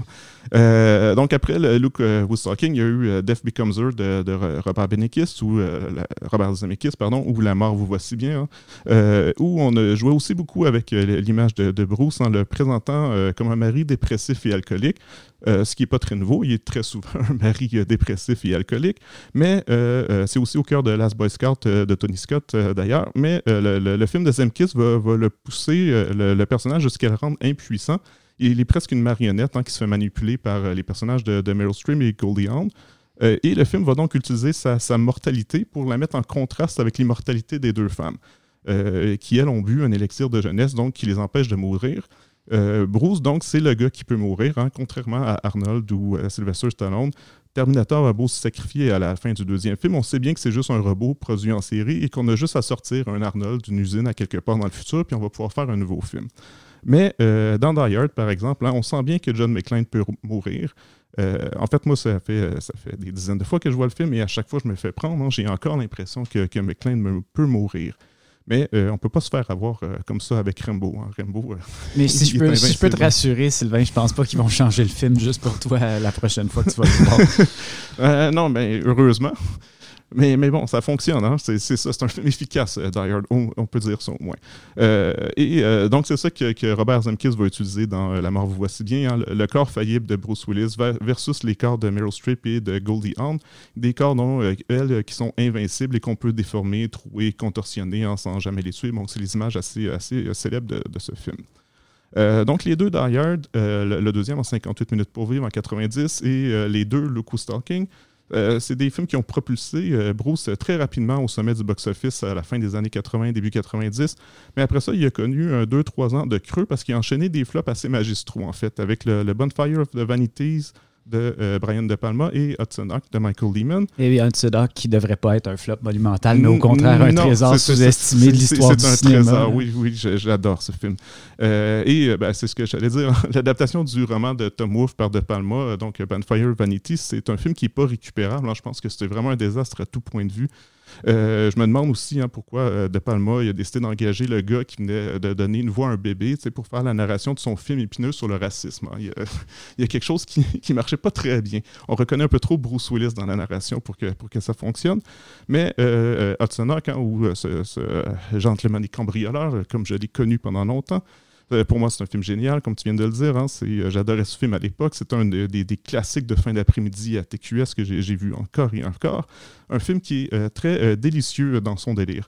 Euh, donc après le Luke uh, Who's Talking, il y a eu uh, Death Becomes Her de, de Robert Zemeckis ou uh, la, Robert Zemeckis, pardon, ou La mort vous voici bien, hein, euh, où on a joué aussi beaucoup avec uh, l'image de, de Bruce en le présentant uh, comme un mari dépressif et alcoolique. Euh, ce qui n'est pas très nouveau, il est très souvent un mari euh, dépressif et alcoolique, mais euh, euh, c'est aussi au cœur de Last Boy Scout euh, de Tony Scott euh, d'ailleurs, mais euh, le, le, le film de Zemeckis va, va le pousser, euh, le, le personnage, jusqu'à le rendre impuissant. Il est presque une marionnette, hein, qui se fait manipuler par euh, les personnages de, de Meryl Streep et Goldie Hawn. Euh, et le film va donc utiliser sa, sa mortalité pour la mettre en contraste avec l'immortalité des deux femmes, euh, qui, elles, ont bu un élixir de jeunesse, donc qui les empêche de mourir. Euh, Bruce, donc, c'est le gars qui peut mourir, hein, contrairement à Arnold ou à Sylvester Stallone. Terminator a beau se sacrifier à la fin du deuxième film, on sait bien que c'est juste un robot produit en série et qu'on a juste à sortir un Arnold d'une usine à quelque part dans le futur, puis on va pouvoir faire un nouveau film. Mais euh, dans Die Hard, par exemple, hein, on sent bien que John McClane peut mourir. Euh, en fait, moi, ça fait, ça fait des dizaines de fois que je vois le film et à chaque fois, je me fais prendre. Hein, j'ai encore l'impression que, que McClane me, peut mourir. Mais euh, on ne peut pas se faire avoir euh, comme ça avec Rambo. Hein. Rambo, euh,
mais si je, peux, si je peux te rassurer, Sylvain, je pense pas qu'ils vont changer le film juste pour toi euh, la prochaine fois que tu vas le voir.
euh, non, mais heureusement. Mais, mais bon, ça fonctionne, hein? c'est, c'est ça, c'est un film efficace, euh, Die Hard, on, on peut dire ça au moins. Euh, et euh, donc, c'est ça que, que Robert Zemeckis va utiliser dans euh, La mort vous voici bien, hein? le, le corps faillible de Bruce Willis versus les corps de Meryl Streep et de Goldie Hawn, des corps, dont, euh, elles, qui sont invincibles et qu'on peut déformer, trouer, contorsionner, hein, sans jamais les tuer. Donc, c'est les images assez, assez euh, célèbres de, de ce film. Euh, donc, les deux Die Hard, euh, le, le deuxième en cinquante-huit minutes pour vivre en quatre-vingt-dix et euh, les deux Look Who's Talking. Euh, c'est des films qui ont propulsé euh, Bruce très rapidement au sommet du box-office à la fin des années quatre-vingts, début quatre-vingt-dix. Mais après ça, il a connu un deux trois ans de creux parce qu'il a enchaîné des flops assez magistraux, en fait, avec le, le Bonfire of the Vanities de euh, Brian De Palma et Hudson Hawk de Michael Lehman.
Et Hudson Hawk qui ne devrait pas être un flop monumental, mais au contraire un non, trésor c'est, sous-estimé c'est, de l'histoire c'est, c'est du cinéma. C'est un trésor,
oui, oui, j'adore ce film. Euh, et ben, c'est ce que j'allais dire. L'adaptation du roman de Tom Wolfe par De Palma, donc Bonfire of Vanities, c'est un film qui n'est pas récupérable. Je pense que c'était vraiment un désastre à tout point de vue. Euh, je me demande aussi hein, pourquoi euh, De Palma il a décidé d'engager le gars qui venait de donner une voix à un bébé pour faire la narration de son film épineux sur le racisme. Hein. Il, y a, il y a quelque chose qui ne marchait pas très bien. On reconnaît un peu trop Bruce Willis dans la narration pour que, pour que ça fonctionne. Mais euh, Hudson Hawk, hein, ou euh, ce, ce euh, gentleman et cambrioleur, comme je l'ai connu pendant longtemps, Euh, pour moi, c'est un film génial, comme tu viens de le dire. Hein, c'est, euh, j'adorais ce film à l'époque. C'est un de, des, des classiques de fin d'après-midi à T Q S que j'ai, j'ai vu encore et encore. Un film qui est euh, très euh, délicieux dans son délire.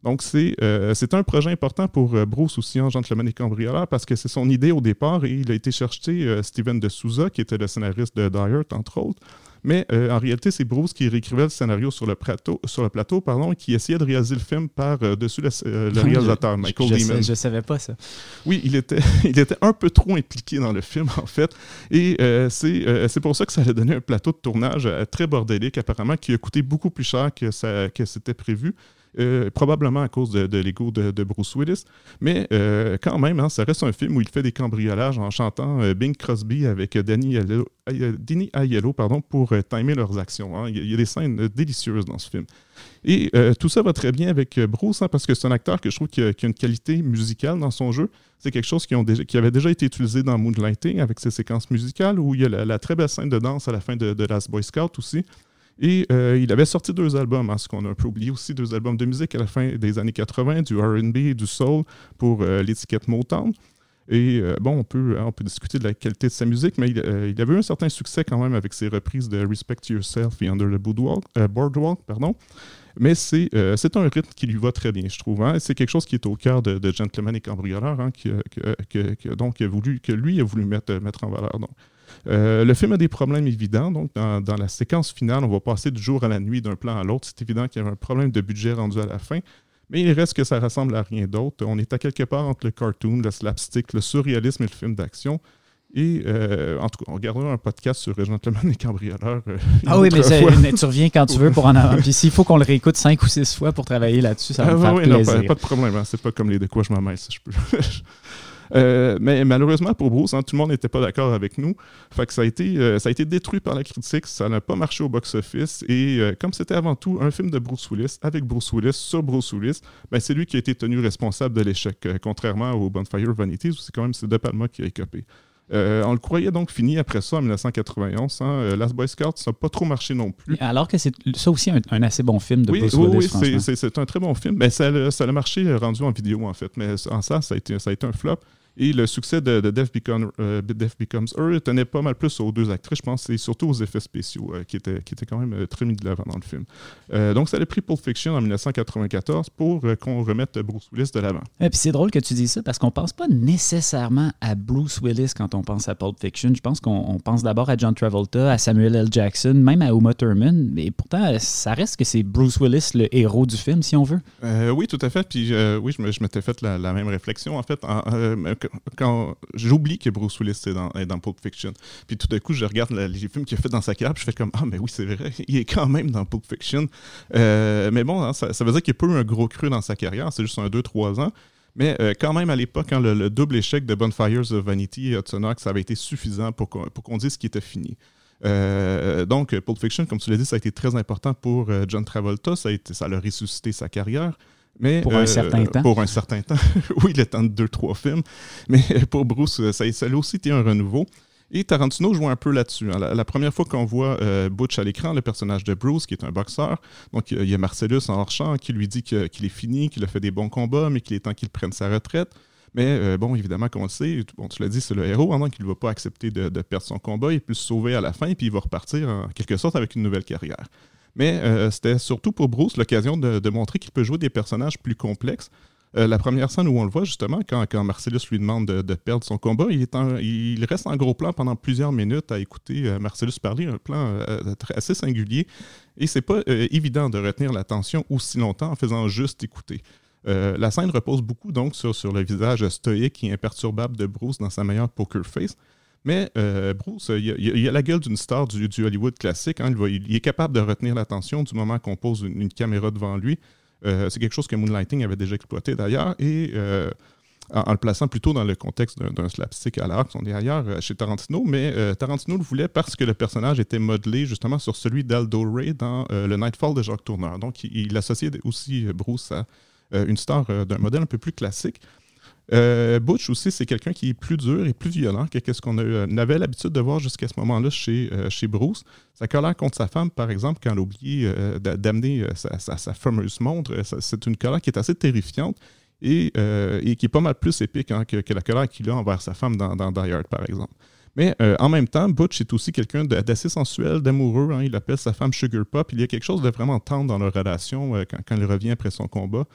Donc, c'est, euh, c'est un projet important pour euh, Bruce aussi en Gentleman et cambrioleur parce que c'est son idée au départ et il a été chercher euh, Steven de Souza, qui était le scénariste de Die Hard, entre autres. Mais euh, en réalité, c'est Bruce qui réécrivait le scénario sur le plateau, sur le plateau pardon, et qui essayait de réaliser le film par-dessus euh, le, euh, le réalisateur,
je,
Michael
je,
Lehman.
Je ne savais pas ça.
Oui, il était, il était un peu trop impliqué dans le film, en fait. Et euh, c'est, euh, c'est pour ça que ça a donné un plateau de tournage euh, très bordélique, apparemment, qui a coûté beaucoup plus cher que, ça, que c'était prévu. Euh, probablement à cause de, de l'ego de, de Bruce Willis. Mais euh, quand même, hein, ça reste un film où il fait des cambriolages en chantant euh, Bing Crosby avec Danny Aiello, Danny Aiello pardon, pour euh, timer leurs actions. Hein. Il, y a, il y a des scènes euh, délicieuses dans ce film. Et euh, tout ça va très bien avec Bruce, hein, parce que c'est un acteur que je trouve qui a, qui a une qualité musicale dans son jeu. C'est quelque chose qui, ont déjà, qui avait déjà été utilisé dans Moonlighting avec ses séquences musicales, où il y a la, la très belle scène de danse à la fin de, de Last Boy Scout aussi. Et euh, il avait sorti deux albums, hein, ce qu'on a un peu oublié aussi, deux albums de musique à la fin des années quatre-vingt, du R and B et du soul pour euh, l'étiquette Motown. Et euh, bon, on peut, on peut discuter de la qualité de sa musique, mais il, euh, il avait eu un certain succès quand même avec ses reprises de Respect Yourself et Under the Boardwalk. Euh, Boardwalk pardon. Mais c'est, euh, c'est un rythme qui lui va très bien, je trouve. Hein. C'est quelque chose qui est au cœur de, de Gentleman et cambrioleur, hein, que, que, que, que, donc, a voulu, que lui a voulu mettre, mettre en valeur. Donc. Euh, le film a des problèmes évidents. Donc, dans, dans la séquence finale, on va passer du jour à la nuit, d'un plan à l'autre. C'est évident qu'il y avait un problème de budget rendu à la fin. Mais il reste que ça ressemble à rien d'autre. On est à quelque part entre le cartoon, le slapstick, le surréalisme et le film d'action. Et euh, en tout cas, on regardera un podcast sur Gentleman et cambrioleur. Euh,
ah oui, mais, mais tu reviens quand tu veux pour en avant. Puis s'il faut qu'on le réécoute cinq ou six fois pour travailler là-dessus, ça va ah, me faire oui, plaisir.
Non, pas, pas de problème. Hein. C'est pas comme les de quoi je m'en mêle, si je peux. Euh, mais malheureusement pour Bruce, hein, tout le monde n'était pas d'accord avec nous. Fait que ça a été, euh, ça a été détruit par la critique, ça n'a pas marché au box-office. Et euh, comme c'était avant tout un film de Bruce Willis, avec Bruce Willis, sur Bruce Willis, ben, c'est lui qui a été tenu responsable de l'échec, euh, contrairement au Bonfire Vanities, où c'est quand même c'est De Palma qui a écopé. Euh, on le croyait donc fini après ça en dix-neuf cent quatre-vingt-onze. Hein. Euh, Last Boy Scout, ça n'a pas trop marché non plus.
Alors que c'est ça aussi un, un assez bon film de
oui,
Bruce
oui,
Willis.
Oui, c'est, c'est, c'est un très bon film. Mais ça, ça a marché rendu en vidéo, en fait. Mais en ça, ça a été, ça a été un flop. Et le succès de, de Death, Become, euh, Death Becomes Her tenait pas mal plus aux deux actrices, je pense, et surtout aux effets spéciaux, euh, qui, étaient, qui étaient quand même euh, très mis de l'avant dans le film. Euh, donc, ça a pris Pulp Fiction en dix-neuf cent quatre-vingt-quatorze pour euh, qu'on remette Bruce Willis de l'avant.
Et puis c'est drôle que tu dises ça, parce qu'on pense pas nécessairement à Bruce Willis quand on pense à Pulp Fiction. Je pense qu'on on pense d'abord à John Travolta, à Samuel L. Jackson, même à Uma Thurman. Mais pourtant, ça reste que c'est Bruce Willis, le héros du film, si on veut.
Euh, oui, tout à fait. Puis euh, oui, je, me, je m'étais fait la, la même réflexion, en fait. En, euh, quand... J'oublie que Bruce Willis est dans, est dans Pulp Fiction. Puis tout à coup, je regarde la, les films qu'il a fait dans sa carrière, puis je fais comme « Ah, mais oui, c'est vrai, il est quand même dans Pulp Fiction. Euh, » Mais bon, hein, ça, ça veut dire qu'il n'y a pas eu un gros creux dans sa carrière, c'est juste un deux trois ans. Mais euh, quand même, à l'époque, hein, le, le double échec de Bonfires of Vanity et Hudson Hawk, ça avait été suffisant pour qu'on, pour qu'on dise qu'il était fini. Euh, donc, Pulp Fiction, comme tu l'as dit, ça a été très important pour euh, John Travolta. Ça a, été, ça a ressuscité sa carrière. Mais,
pour un euh, certain temps.
Pour un certain temps. Oui, le temps de deux, trois films. Mais pour Bruce, ça, ça a aussi été un renouveau. Et Tarantino joue un peu là-dessus. Hein. La, la première fois qu'on voit euh, Butch à l'écran, le personnage de Bruce, qui est un boxeur, donc il y a Marcellus en hors-champ qui lui dit que, qu'il est fini, qu'il a fait des bons combats, mais qu'il est temps qu'il prenne sa retraite. Mais euh, bon, évidemment, comme on le sait, bon, tu l'as dit, c'est le héros, hein, donc il ne va pas accepter de, de perdre son combat, il peut se sauver à la fin, puis il va repartir en quelque sorte avec une nouvelle carrière. Mais euh, c'était surtout pour Bruce l'occasion de, de montrer qu'il peut jouer des personnages plus complexes. Euh, la première scène où on le voit, justement, quand, quand Marcellus lui demande de, de perdre son combat, il, est en, il reste en gros plan pendant plusieurs minutes à écouter euh, Marcellus parler, un plan euh, assez singulier. Et c'est pas euh, évident de retenir l'attention aussi longtemps en faisant juste écouter. Euh, la scène repose beaucoup donc sur, sur le visage stoïque et imperturbable de Bruce dans sa meilleure poker face. Mais euh, Bruce, il a, il a la gueule d'une star du, du Hollywood classique. Hein. Il, va, il est capable de retenir l'attention du moment qu'on pose une, une caméra devant lui. Euh, c'est quelque chose que Moonlighting avait déjà exploité d'ailleurs. Et euh, en, en le plaçant plutôt dans le contexte d'un, d'un slapstick à l'art, on est ailleurs euh, chez Tarantino. Mais euh, Tarantino le voulait parce que le personnage était modelé justement sur celui d'Aldo Ray dans euh, le Nightfall de Jacques Tourneur. Donc il, il associait aussi Bruce à euh, une star euh, d'un modèle un peu plus classique. Euh, Butch aussi, c'est quelqu'un qui est plus dur et plus violent que ce qu'on a, euh, avait l'habitude de voir jusqu'à ce moment-là chez, euh, chez Bruce. Sa colère contre sa femme, par exemple, quand elle a oublié euh, d'amener euh, sa, sa, sa fameuse montre, ça, c'est une colère qui est assez terrifiante et, euh, et qui est pas mal plus épique hein, que, que la colère qu'il a envers sa femme dans, dans Die Hard, par exemple. Mais euh, en même temps, Butch est aussi quelqu'un d'assez sensuel, d'amoureux. Hein, il appelle sa femme Sugar Pop. Il y a quelque chose de vraiment tendre dans leur relation euh, quand, quand il revient après son combat.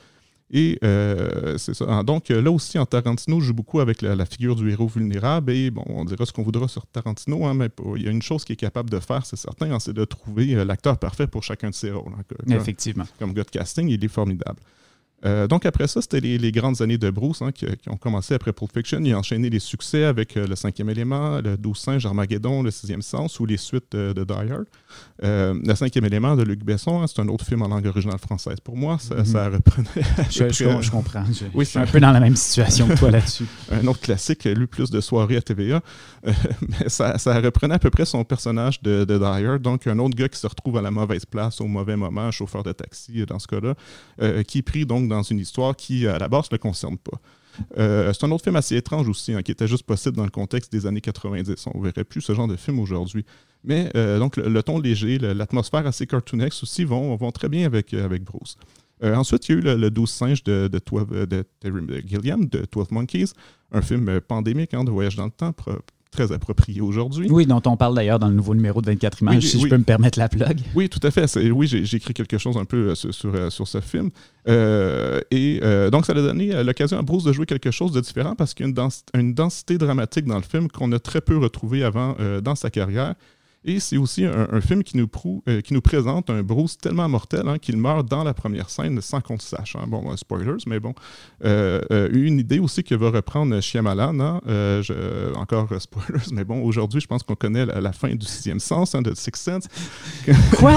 Et euh, c'est ça. Donc là aussi, en Tarantino joue beaucoup avec la, la figure du héros vulnérable. Et bon, on dira ce qu'on voudra sur Tarantino, hein, mais il y a une chose qu'il est capable de faire, c'est certain, hein, c'est de trouver euh, l'acteur parfait pour chacun de ses rôles. Hein, comme,
Effectivement.
Comme gars de casting, il est formidable. Euh, donc après ça, c'était les, les grandes années de Bruce hein, qui, qui ont commencé après Pulp Fiction. Il a enchaîné les succès avec euh, Le Cinquième Élément, Le Douze Singes, Armageddon, Le Sixième Sens ou les suites euh, de Die Hard. Euh, le Cinquième Élément de Luc Besson, hein, c'est un autre film en langue originale française. Pour moi, ça, mm-hmm. ça reprenait...
je, je, je comprends. Je,
oui,
je suis un peu dans la même situation que toi là-dessus.
Un autre classique, lui plus de soirée à T V A. Euh, mais ça, ça reprenait à peu près son personnage de, de Die Hard. Donc un autre gars qui se retrouve à la mauvaise place au mauvais moment, chauffeur de taxi dans ce cas-là, euh, qui est pris donc dans une histoire qui qui, à la base, ne le concerne pas. Euh, c'est un autre film assez étrange aussi, hein, qui était juste possible dans le contexte des années quatre-vingt-dix. On ne verrait plus ce genre de film aujourd'hui. Mais euh, donc, le, le ton léger, le, l'atmosphère assez cartoonesque aussi vont, vont très bien avec, avec Bruce. Euh, ensuite, il y a eu le, le douze singes de, de, de, de Terry Gilliam, de twelve Monkeys, un film pandémique hein, de voyage dans le temps, pro- très approprié aujourd'hui.
Oui, dont on parle d'ailleurs dans le nouveau numéro de vingt-quatre images, oui, si oui. je peux me permettre la plug.
Oui, tout à fait. C'est, oui, j'ai, j'ai écrit quelque chose un peu sur, sur, sur ce film. Euh, et euh, donc, ça a donné l'occasion à Bruce de jouer quelque chose de différent parce qu'il y a une, dens- une densité dramatique dans le film qu'on a très peu retrouvé avant euh, dans sa carrière. Et c'est aussi un, un film qui nous, prou- euh, qui nous présente un Bruce tellement mortel hein, qu'il meurt dans la première scène sans qu'on le sache. Hein. Bon, euh, spoilers, mais bon. Euh, euh, une idée aussi que va reprendre Shyamalan. Hein. Euh, je, encore euh, spoilers, mais bon, aujourd'hui, je pense qu'on connaît la, la fin du Sixième Sens, hein, de Sixth Sense.
Quoi?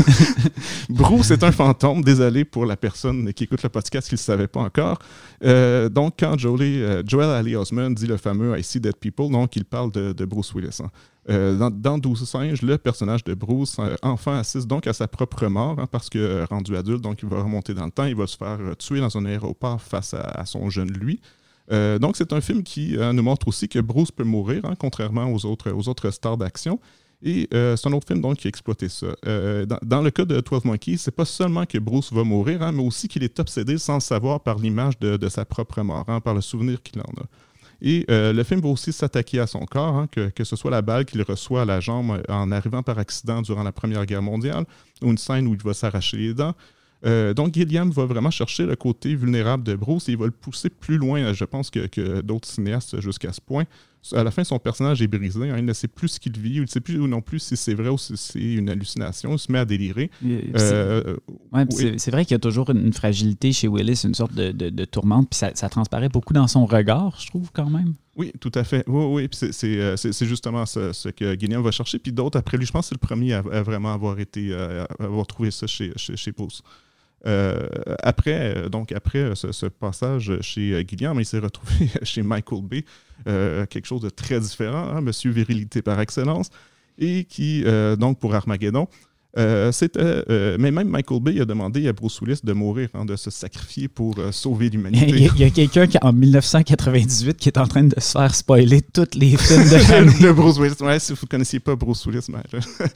Bruce est un fantôme. Désolé pour la personne qui écoute le podcast qui ne le savait pas encore. Euh, donc, quand Jolie, euh, Joel Ali Osment dit le fameux « I see dead people », donc il parle de, de Bruce Willis. Hein. Euh, dans, dans douze singes, le personnage de Bruce, euh, enfant, assiste donc à sa propre mort, hein, parce que euh, rendu adulte, donc il va remonter dans le temps, il va se faire euh, tuer dans un aéroport face à, à son jeune lui. Euh, donc c'est un film qui euh, nous montre aussi que Bruce peut mourir, hein, contrairement aux autres, aux autres stars d'action. Et euh, c'est un autre film donc qui a exploité ça. Euh, dans, dans le cas de twelve Monkeys, c'est pas seulement que Bruce va mourir, hein, mais aussi qu'il est obsédé sans le savoir par l'image de, de sa propre mort, hein, par le souvenir qu'il en a. Et euh, le film va aussi s'attaquer à son corps, hein, que, que ce soit la balle qu'il reçoit à la jambe en arrivant par accident durant la Première Guerre mondiale, ou une scène où il va s'arracher les dents. Euh, donc, Gilliam va vraiment chercher le côté vulnérable de Bruce et il va le pousser plus loin, je pense, que, que d'autres cinéastes jusqu'à ce point. À la fin, son personnage est brisé. Hein, il ne sait plus ce qu'il vit. Il ne sait plus non plus si c'est vrai ou si c'est une hallucination. Il se met à délirer.
C'est, euh, ouais, oui. c'est, c'est vrai qu'il y a toujours une fragilité chez Willis, une sorte de, de, de tourmente. Puis ça, ça transparaît beaucoup dans son regard, je trouve, quand même.
Oui, tout à fait. Oui, oui. Puis c'est, c'est, c'est, c'est justement ce, ce que Gilliam va chercher. Puis d'autres, après lui, je pense que c'est le premier à, à vraiment avoir été, à avoir trouvé ça chez, chez, chez Bruce. Euh, après, donc après ce, ce passage chez euh, Gilliam, il s'est retrouvé chez Michael Bay, euh, quelque chose de très différent, hein, Monsieur Virilité par excellence, et qui, euh, donc pour Armageddon, euh, c'était, euh, mais même Michael Bay a demandé à Bruce Willis de mourir, hein, de se sacrifier pour euh, sauver l'humanité.
Il y, a, il y a quelqu'un qui, en dix-neuf cent quatre-vingt-dix-huit qui est en train de se faire spoiler tous les films de
de Bruce Willis. Ouais, si vous ne connaissiez pas Bruce Willis, mais...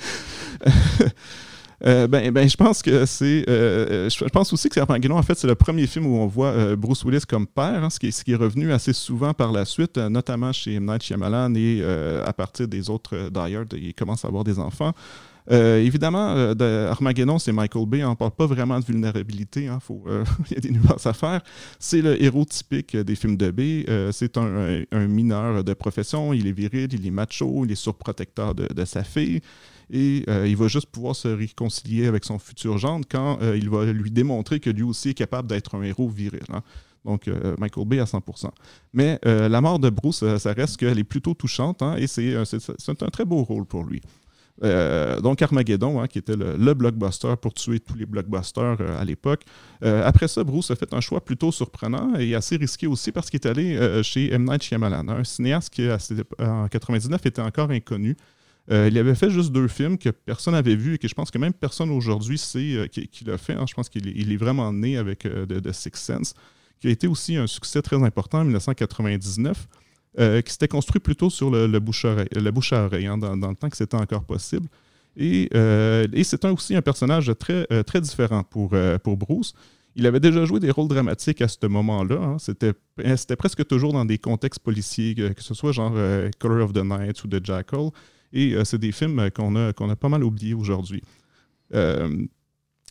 Euh, ben, ben, je pense que c'est. Euh, je pense aussi que Armageddon, en fait, c'est le premier film où on voit euh, Bruce Willis comme père, hein, ce, qui est, ce qui est revenu assez souvent par la suite, euh, notamment chez M. Night Shyamalan et euh, à partir des autres euh, Die Hard, il commence à avoir des enfants. Euh, évidemment, euh, de Armageddon, c'est Michael Bay. On ne parle pas vraiment de vulnérabilité. Hein, faut, euh, il y a des nuances à faire. C'est le héros typique des films de Bay. Euh, c'est un, un, un mineur de profession. Il est viril, il est macho, il est surprotecteur de, de sa fille. Et euh, il va juste pouvoir se réconcilier avec son futur gendre quand euh, il va lui démontrer que lui aussi est capable d'être un héros viril. Hein. Donc, euh, Michael Bay à cent pour cent. Mais euh, la mort de Bruce, ça reste qu'elle est plutôt touchante, hein, et c'est, c'est, c'est un très beau rôle pour lui. Euh, donc Armageddon, hein, qui était le, le blockbuster pour tuer tous les blockbusters euh, à l'époque. Euh, après ça, Bruce a fait un choix plutôt surprenant et assez risqué aussi parce qu'il est allé euh, chez M. Night Shyamalan, un cinéaste qui, à, en quatre-vingt-dix-neuf, était encore inconnu. Euh, il avait fait juste deux films que personne n'avait vus et que je pense que même personne aujourd'hui sait euh, qu'il, qu'il a fait. Hein. Je pense qu'il est, il est vraiment né avec euh, de, de Sixth Sense, qui a été aussi un succès très important en dix-neuf cent quatre-vingt-dix-neuf, euh, qui s'était construit plutôt sur le, le bouche à oreille, le bouche à oreille hein, dans, dans le temps que c'était encore possible. Et, euh, et c'est un, aussi un personnage très, euh, très différent pour, euh, pour Bruce. Il avait déjà joué des rôles dramatiques à ce moment-là. Hein. C'était, c'était presque toujours dans des contextes policiers, que, que ce soit genre euh, Color of the Night ou The Jackal. Et euh, c'est des films qu'on a, qu'on a pas mal oubliés aujourd'hui. Euh,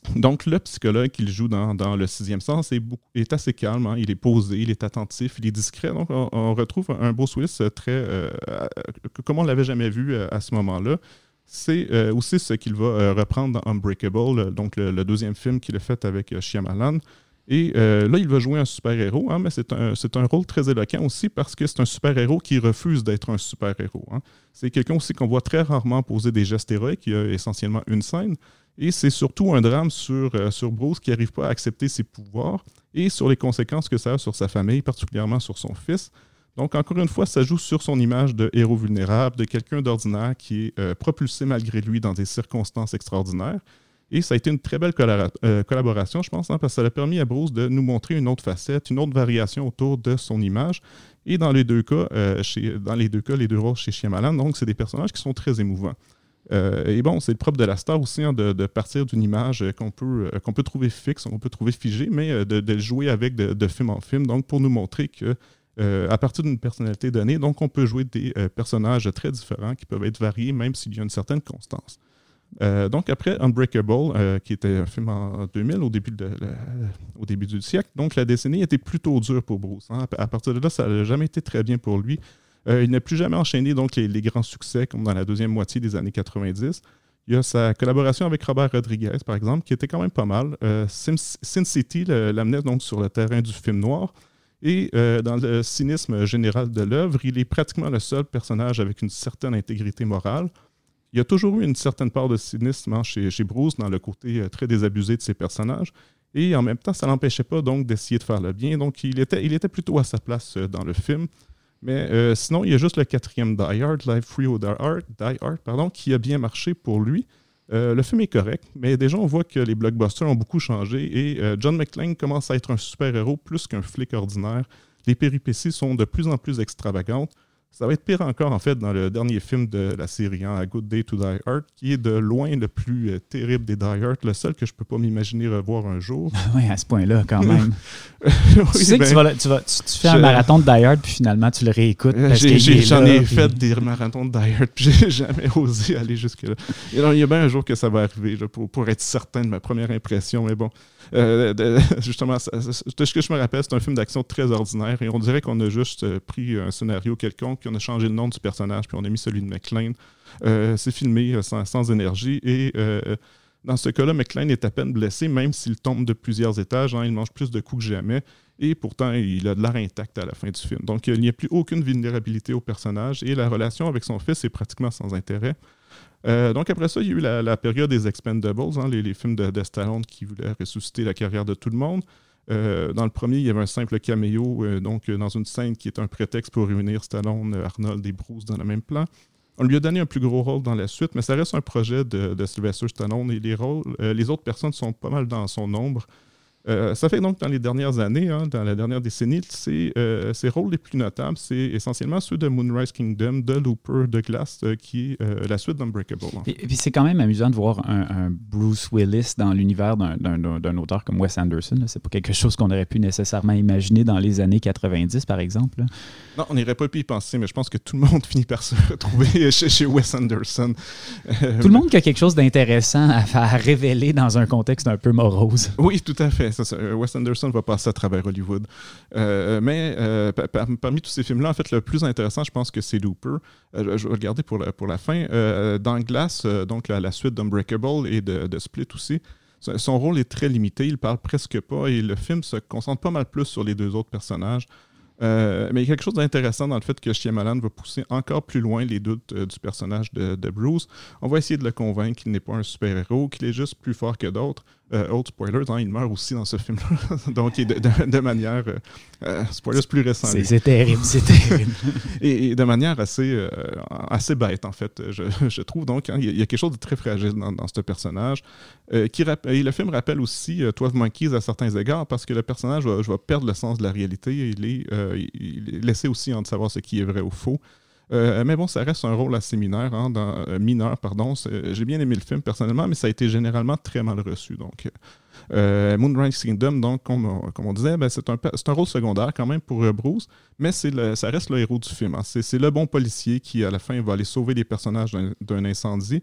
Donc, le psychologue qu'il joue dans, dans Le Sixième Sens est, beaucoup, est assez calme, hein, il est posé, il est attentif, il est discret. Donc, on, on retrouve un Bruce Willis très... Euh, comme on ne l'avait jamais vu à, à ce moment-là. C'est euh, aussi ce qu'il va euh, reprendre dans Unbreakable, donc le, le deuxième film qu'il a fait avec euh, Shyamalan. Et euh, là, il va jouer un super-héros, hein, mais c'est un, c'est un rôle très éloquent aussi parce que c'est un super-héros qui refuse d'être un super-héros. Hein. C'est quelqu'un aussi qu'on voit très rarement poser des gestes héroïques. Il y a essentiellement une scène. Et c'est surtout un drame sur, euh, sur Bruce qui n'arrive pas à accepter ses pouvoirs et sur les conséquences que ça a sur sa famille, particulièrement sur son fils. Donc, encore une fois, ça joue sur son image de héros vulnérable, de quelqu'un d'ordinaire qui est euh, propulsé malgré lui dans des circonstances extraordinaires. Et ça a été une très belle collabora- euh, collaboration, je pense, hein, parce que ça a permis à Bruce de nous montrer une autre facette, une autre variation autour de son image. Et dans les deux cas, euh, chez, dans les deux cas, les deux rôles chez Shyamalan, donc c'est des personnages qui sont très émouvants. Euh, et bon, c'est le propre de la star aussi hein, de, de partir d'une image euh, qu'on peut, euh, qu'on peut trouver fixe, qu'on peut trouver figée, mais euh, de, de le jouer avec de, de film en film, donc pour nous montrer que euh, à partir d'une personnalité donnée, donc on peut jouer des euh, personnages très différents qui peuvent être variés, même s'il y a une certaine constance. Euh, donc après Unbreakable, euh, qui était un film en deux mille, au début, de, le, au début du siècle, donc la décennie était plutôt dure pour Bruce. Hein. À partir de là, ça n'a jamais été très bien pour lui. Euh, il n'a plus jamais enchaîné donc, les, les grands succès, comme dans la deuxième moitié des années quatre-vingt-dix. Il y a sa collaboration avec Robert Rodriguez, par exemple, qui était quand même pas mal. Euh, Sin, Sin City le, l'amenait donc sur le terrain du film noir. Et euh, dans le cynisme général de l'œuvre, il est pratiquement le seul personnage avec une certaine intégrité morale. Il y a toujours eu une certaine part de cynisme hein, chez, chez Bruce dans le côté euh, très désabusé de ses personnages. Et en même temps, ça ne l'empêchait pas donc d'essayer de faire le bien. Donc, il était, il était plutôt à sa place euh, dans le film. Mais euh, sinon, il y a juste le quatrième Die Hard, Live Free or Die Hard, Die Hard pardon, qui a bien marché pour lui. Euh, le film est correct, mais déjà, on voit que les blockbusters ont beaucoup changé et euh, John McClane commence à être un super-héros plus qu'un flic ordinaire. Les péripéties sont de plus en plus extravagantes. Ça va être pire encore, en fait, dans le dernier film de la série, hein, A Good Day to Die Hard, qui est de loin le plus euh, terrible des Die Hard, le seul que je ne peux pas m'imaginer revoir un jour.
Oui, à ce point-là, quand même.
oui,
tu sais ben, que tu, vas, tu, vas, tu, tu fais je... un marathon de Die Hard, puis finalement, tu le réécoutes. Parce
j'ai, j'ai, j'en
là,
ai
puis...
fait des marathons de Die Hard, puis j'ai jamais osé aller jusque-là. Et alors, il y a bien un jour que ça va arriver, là, pour, pour être certain de ma première impression, mais bon. Euh, de, justement, ça, ça, ce que je me rappelle, c'est un film d'action très ordinaire et on dirait qu'on a juste euh, pris un scénario quelconque, puis on a changé le nom du personnage, puis on a mis celui de McClane. Euh, c'est filmé euh, sans, sans énergie et euh, dans ce cas-là, McClane est à peine blessé, même s'il tombe de plusieurs étages. Hein, il mange plus de coups que jamais et pourtant, il a de l'air intact à la fin du film. Donc, il n'y a plus aucune vulnérabilité au personnage et la relation avec son fils est pratiquement sans intérêt. Euh, donc après ça, il y a eu la, la période des Expendables, hein, les, les films de, de Stallone qui voulaient ressusciter la carrière de tout le monde. Euh, dans le premier, il y avait un simple caméo euh, donc, euh, dans une scène qui est un prétexte pour réunir Stallone, Arnold et Bruce dans le même plan. On lui a donné un plus gros rôle dans la suite, mais ça reste un projet de, de Sylvester Stallone et les, rôles, euh, les autres personnes sont pas mal dans son ombre. Euh, ça fait donc dans les dernières années, hein, dans la dernière décennie, c'est, euh, ses rôles les plus notables, c'est essentiellement ceux de Moonrise Kingdom, de Looper, de Glass, euh, qui est euh, la suite d'Unbreakable. Et,
et puis c'est quand même amusant de voir un, un Bruce Willis dans l'univers d'un, d'un, d'un auteur comme Wes Anderson. Là. C'est pas quelque chose qu'on aurait pu nécessairement imaginer dans les années quatre-vingt-dix, par exemple. Là.
Non, on n'irait pas pu y penser, mais je pense que tout le monde finit par se retrouver chez, chez Wes Anderson.
Euh, tout le monde qui a quelque chose d'intéressant à, à révéler dans un contexte un peu morose.
Oui, tout à fait. Ça, ça, Wes Anderson va passer à travers Hollywood. Euh, mais euh, par, parmi tous ces films-là, en fait, le plus intéressant, je pense que c'est Looper. Euh, je vais le garder pour la, pour la fin. Euh, dans Glass, euh, donc la, la suite d'Unbreakable et de, de Split aussi, son rôle est très limité. Il parle presque pas et le film se concentre pas mal plus sur les deux autres personnages. Euh, mais il y a quelque chose d'intéressant dans le fait que Shyamalan va pousser encore plus loin les doutes euh, du personnage de, de Bruce. On va essayer de le convaincre qu'il n'est pas un super-héros, qu'il est juste plus fort que d'autres. Euh, old spoilers, hein, il meurt aussi dans ce film-là. Donc, de, de, de manière... Euh, euh, spoilers plus récents.
C'est, c'est terrible, c'est terrible.
et, et de manière assez, euh, assez bête, en fait, je, je trouve. Donc, hein, il y a quelque chose de très fragile dans, dans ce personnage. Euh, qui rapp- et le film rappelle aussi euh, twelve Monkeys à certains égards, parce que le personnage va, va perdre le sens de la réalité. Il est, euh, il est laissé aussi en de savoir ce qui est vrai ou faux. Euh, mais bon, ça reste un rôle assez mineur, hein, dans, euh, mineur, pardon. C'est, j'ai bien aimé le film personnellement, mais ça a été généralement très mal reçu. Donc, euh, Moonrise Kingdom, donc, comme, comme on disait, ben, c'est, un, c'est un rôle secondaire quand même pour euh, Bruce, mais c'est le, ça reste le héros du film. Hein. C'est, c'est le bon policier qui, à la fin, va aller sauver les personnages d'un, d'un incendie.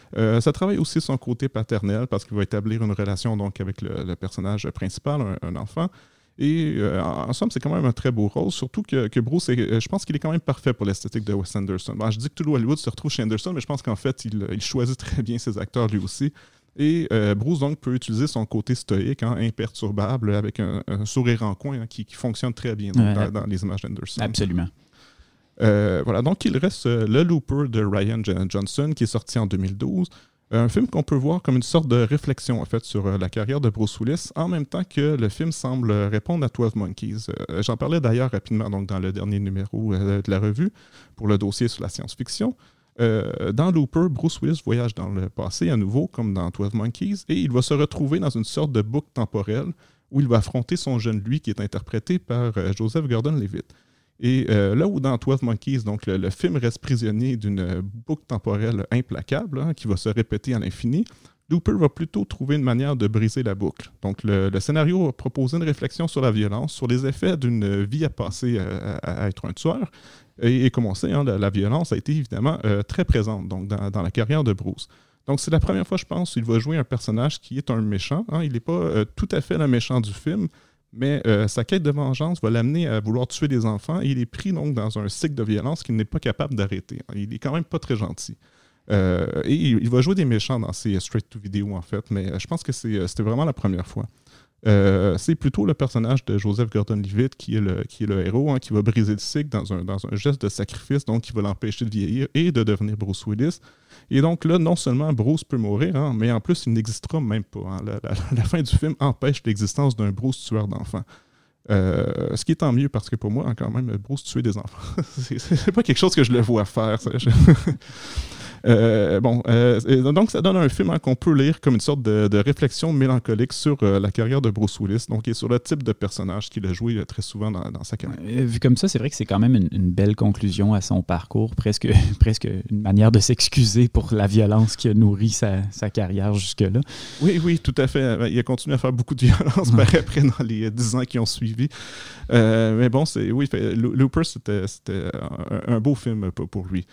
Euh, ça travaille aussi son côté paternel parce qu'il va établir une relation donc, avec le, le personnage principal, un, un enfant. Et euh, en, en somme, c'est quand même un très beau rôle, surtout que, que Bruce, est, je pense qu'il est quand même parfait pour l'esthétique de Wes Anderson. Bon, je dis que tout Hollywood se retrouve chez Anderson, mais je pense qu'en fait, il, il choisit très bien ses acteurs lui aussi. Et euh, Bruce, donc, peut utiliser son côté stoïque, hein, imperturbable, avec un, un sourire en coin hein, qui, qui fonctionne très bien donc, ouais, dans, dans les images d'Anderson.
Absolument.
Euh, voilà, donc il reste euh, Le Looper de Rian Johnson, qui est sorti en deux mille douze. Un film qu'on peut voir comme une sorte de réflexion en fait sur euh, la carrière de Bruce Willis, en même temps que le film semble répondre à twelve Monkeys. Euh, j'en parlais d'ailleurs rapidement donc, dans le dernier numéro euh, de la revue pour le dossier sur la science-fiction. Euh, dans Looper, Bruce Willis voyage dans le passé à nouveau, comme dans twelve Monkeys, et il va se retrouver dans une sorte de boucle temporelle où il va affronter son jeune lui qui est interprété par euh, Joseph Gordon-Levitt. Et euh, là où dans twelve Monkeys, donc, le, le film reste prisonnier d'une boucle temporelle implacable hein, qui va se répéter à l'infini, Looper va plutôt trouver une manière de briser la boucle. Donc le, le scénario va proposer une réflexion sur la violence, sur les effets d'une vie à passer à, à, à être un tueur. Et, et comme on sait, hein, la, la violence a été évidemment euh, très présente donc, dans, dans la carrière de Bruce. Donc c'est la première fois, je pense, qu'il va jouer un personnage qui est un méchant. Hein. Il n'est pas euh, tout à fait le méchant du film, mais euh, sa quête de vengeance va l'amener à vouloir tuer des enfants et il est pris donc dans un cycle de violence qu'il n'est pas capable d'arrêter. Il est quand même pas très gentil. Euh, et il, il va jouer des méchants dans ses straight-to-video en fait, mais je pense que c'est, c'était vraiment la première fois. Euh, c'est plutôt le personnage de Joseph Gordon-Levitt qui est le, qui est le héros, hein, qui va briser le cycle dans un, dans un geste de sacrifice, donc qui va l'empêcher de vieillir et de devenir Bruce Willis. Et donc là, non seulement Bruce peut mourir, hein, mais en plus, il n'existera même pas. Hein. La, la, la fin du film empêche l'existence d'un Bruce tueur d'enfants. Euh, ce qui est tant mieux, parce que pour moi, quand même, Bruce tuer des enfants, c'est, c'est pas quelque chose que je le vois faire. Ça. Je... Euh, bon, euh, donc ça donne un film hein, qu'on peut lire comme une sorte de, de réflexion mélancolique sur euh, la carrière de Bruce Willis, donc et sur le type de personnage qu'il a joué euh, très souvent dans, dans sa carrière.
Euh, vu comme ça, c'est vrai que c'est quand même une, une belle conclusion à son parcours, presque, presque une manière de s'excuser pour la violence qui a nourri sa, sa carrière jusque-là.
Oui, oui, tout à fait. Il a continué à faire beaucoup de violence par après dans les dix ans qui ont suivi. Euh, mais bon, c'est, oui, fait, Looper, c'était, c'était un, un beau film pour, pour lui.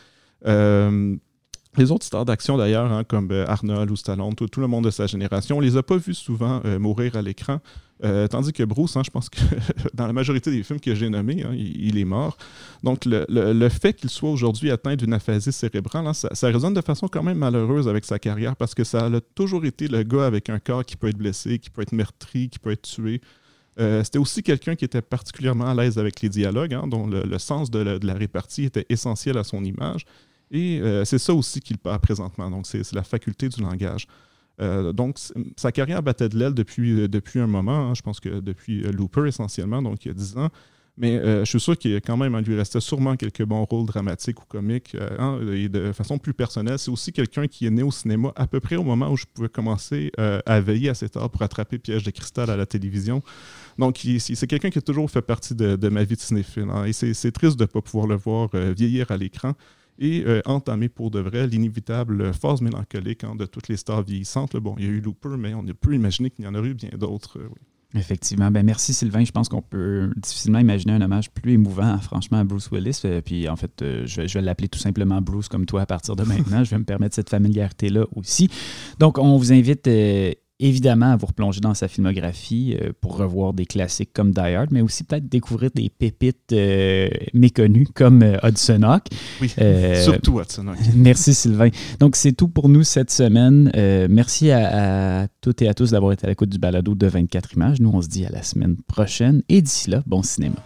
Euh, Les autres stars d'action, d'ailleurs, hein, comme euh, Arnold ou Stallone, tout, tout le monde de sa génération, on ne les a pas vus souvent euh, mourir à l'écran. Euh, tandis que Bruce, hein, je pense que dans la majorité des films que j'ai nommés, hein, il, il est mort. Donc, le, le, le fait qu'il soit aujourd'hui atteint d'une aphasie cérébrale, hein, ça, ça résonne de façon quand même malheureuse avec sa carrière parce que ça a toujours été le gars avec un corps qui peut être blessé, qui peut être meurtri, qui peut être tué. Euh, c'était aussi quelqu'un qui était particulièrement à l'aise avec les dialogues, hein, dont le, le sens de la, de la répartie était essentiel à son image. Et euh, c'est ça aussi qu'il perd présentement, donc c'est, c'est la faculté du langage. Euh, donc, sa carrière battait de l'aile depuis, depuis un moment, hein, je pense que depuis Looper essentiellement, donc il y a dix ans. Mais euh, je suis sûr qu'il quand même, il lui restait sûrement quelques bons rôles dramatiques ou comiques. Euh, hein, et de façon plus personnelle, c'est aussi quelqu'un qui est né au cinéma à peu près au moment où je pouvais commencer euh, à veiller assez tard pour attraper Piège de cristal à la télévision. Donc, il, c'est quelqu'un qui a toujours fait partie de, de ma vie de cinéphile. Hein, et c'est, c'est triste de ne pas pouvoir le voir euh, vieillir à l'écran. Et euh, entamer pour de vrai l'inévitable phase mélancolique hein, de toutes les stars vieillissantes. Là, bon, il y a eu Looper, mais on peut imaginer qu'il y en aurait eu bien d'autres. Euh, oui.
Effectivement. Ben, merci Sylvain. Je pense qu'on peut difficilement imaginer un hommage plus émouvant, franchement, à Bruce Willis. Euh, puis en fait, euh, je, vais, je vais l'appeler tout simplement Bruce comme toi à partir de maintenant. Je vais me permettre cette familiarité-là aussi. Donc, on vous invite... Euh, évidemment, à vous replonger dans sa filmographie euh, pour revoir des classiques comme Die Hard, mais aussi peut-être découvrir des pépites euh, méconnues comme euh, Hudson Hawk.
Oui, euh, surtout Hudson Hawk.
Merci Sylvain. Donc, c'est tout pour nous cette semaine. Euh, merci à, à toutes et à tous d'avoir été à l'écoute du balado de vingt-quatre images. Nous, on se dit à la semaine prochaine. Et d'ici là, bon cinéma.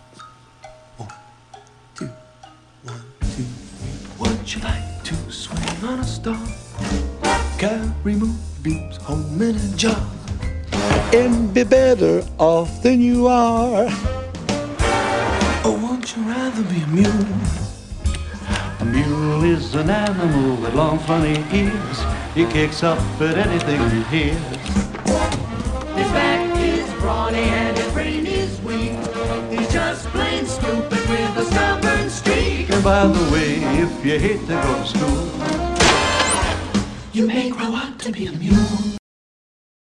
One, two, one, two, three. Would you like to swing on a star? Carry moonbeams home in a jar and be better off than you are. Or won't you rather be a mule? A mule is an animal with long funny ears. He kicks up at anything he hears. His back is brawny and his brain is weak. He's just plain stupid with a stubborn streak. And by the way, if you hate to go to school, you may grow up to be a mule.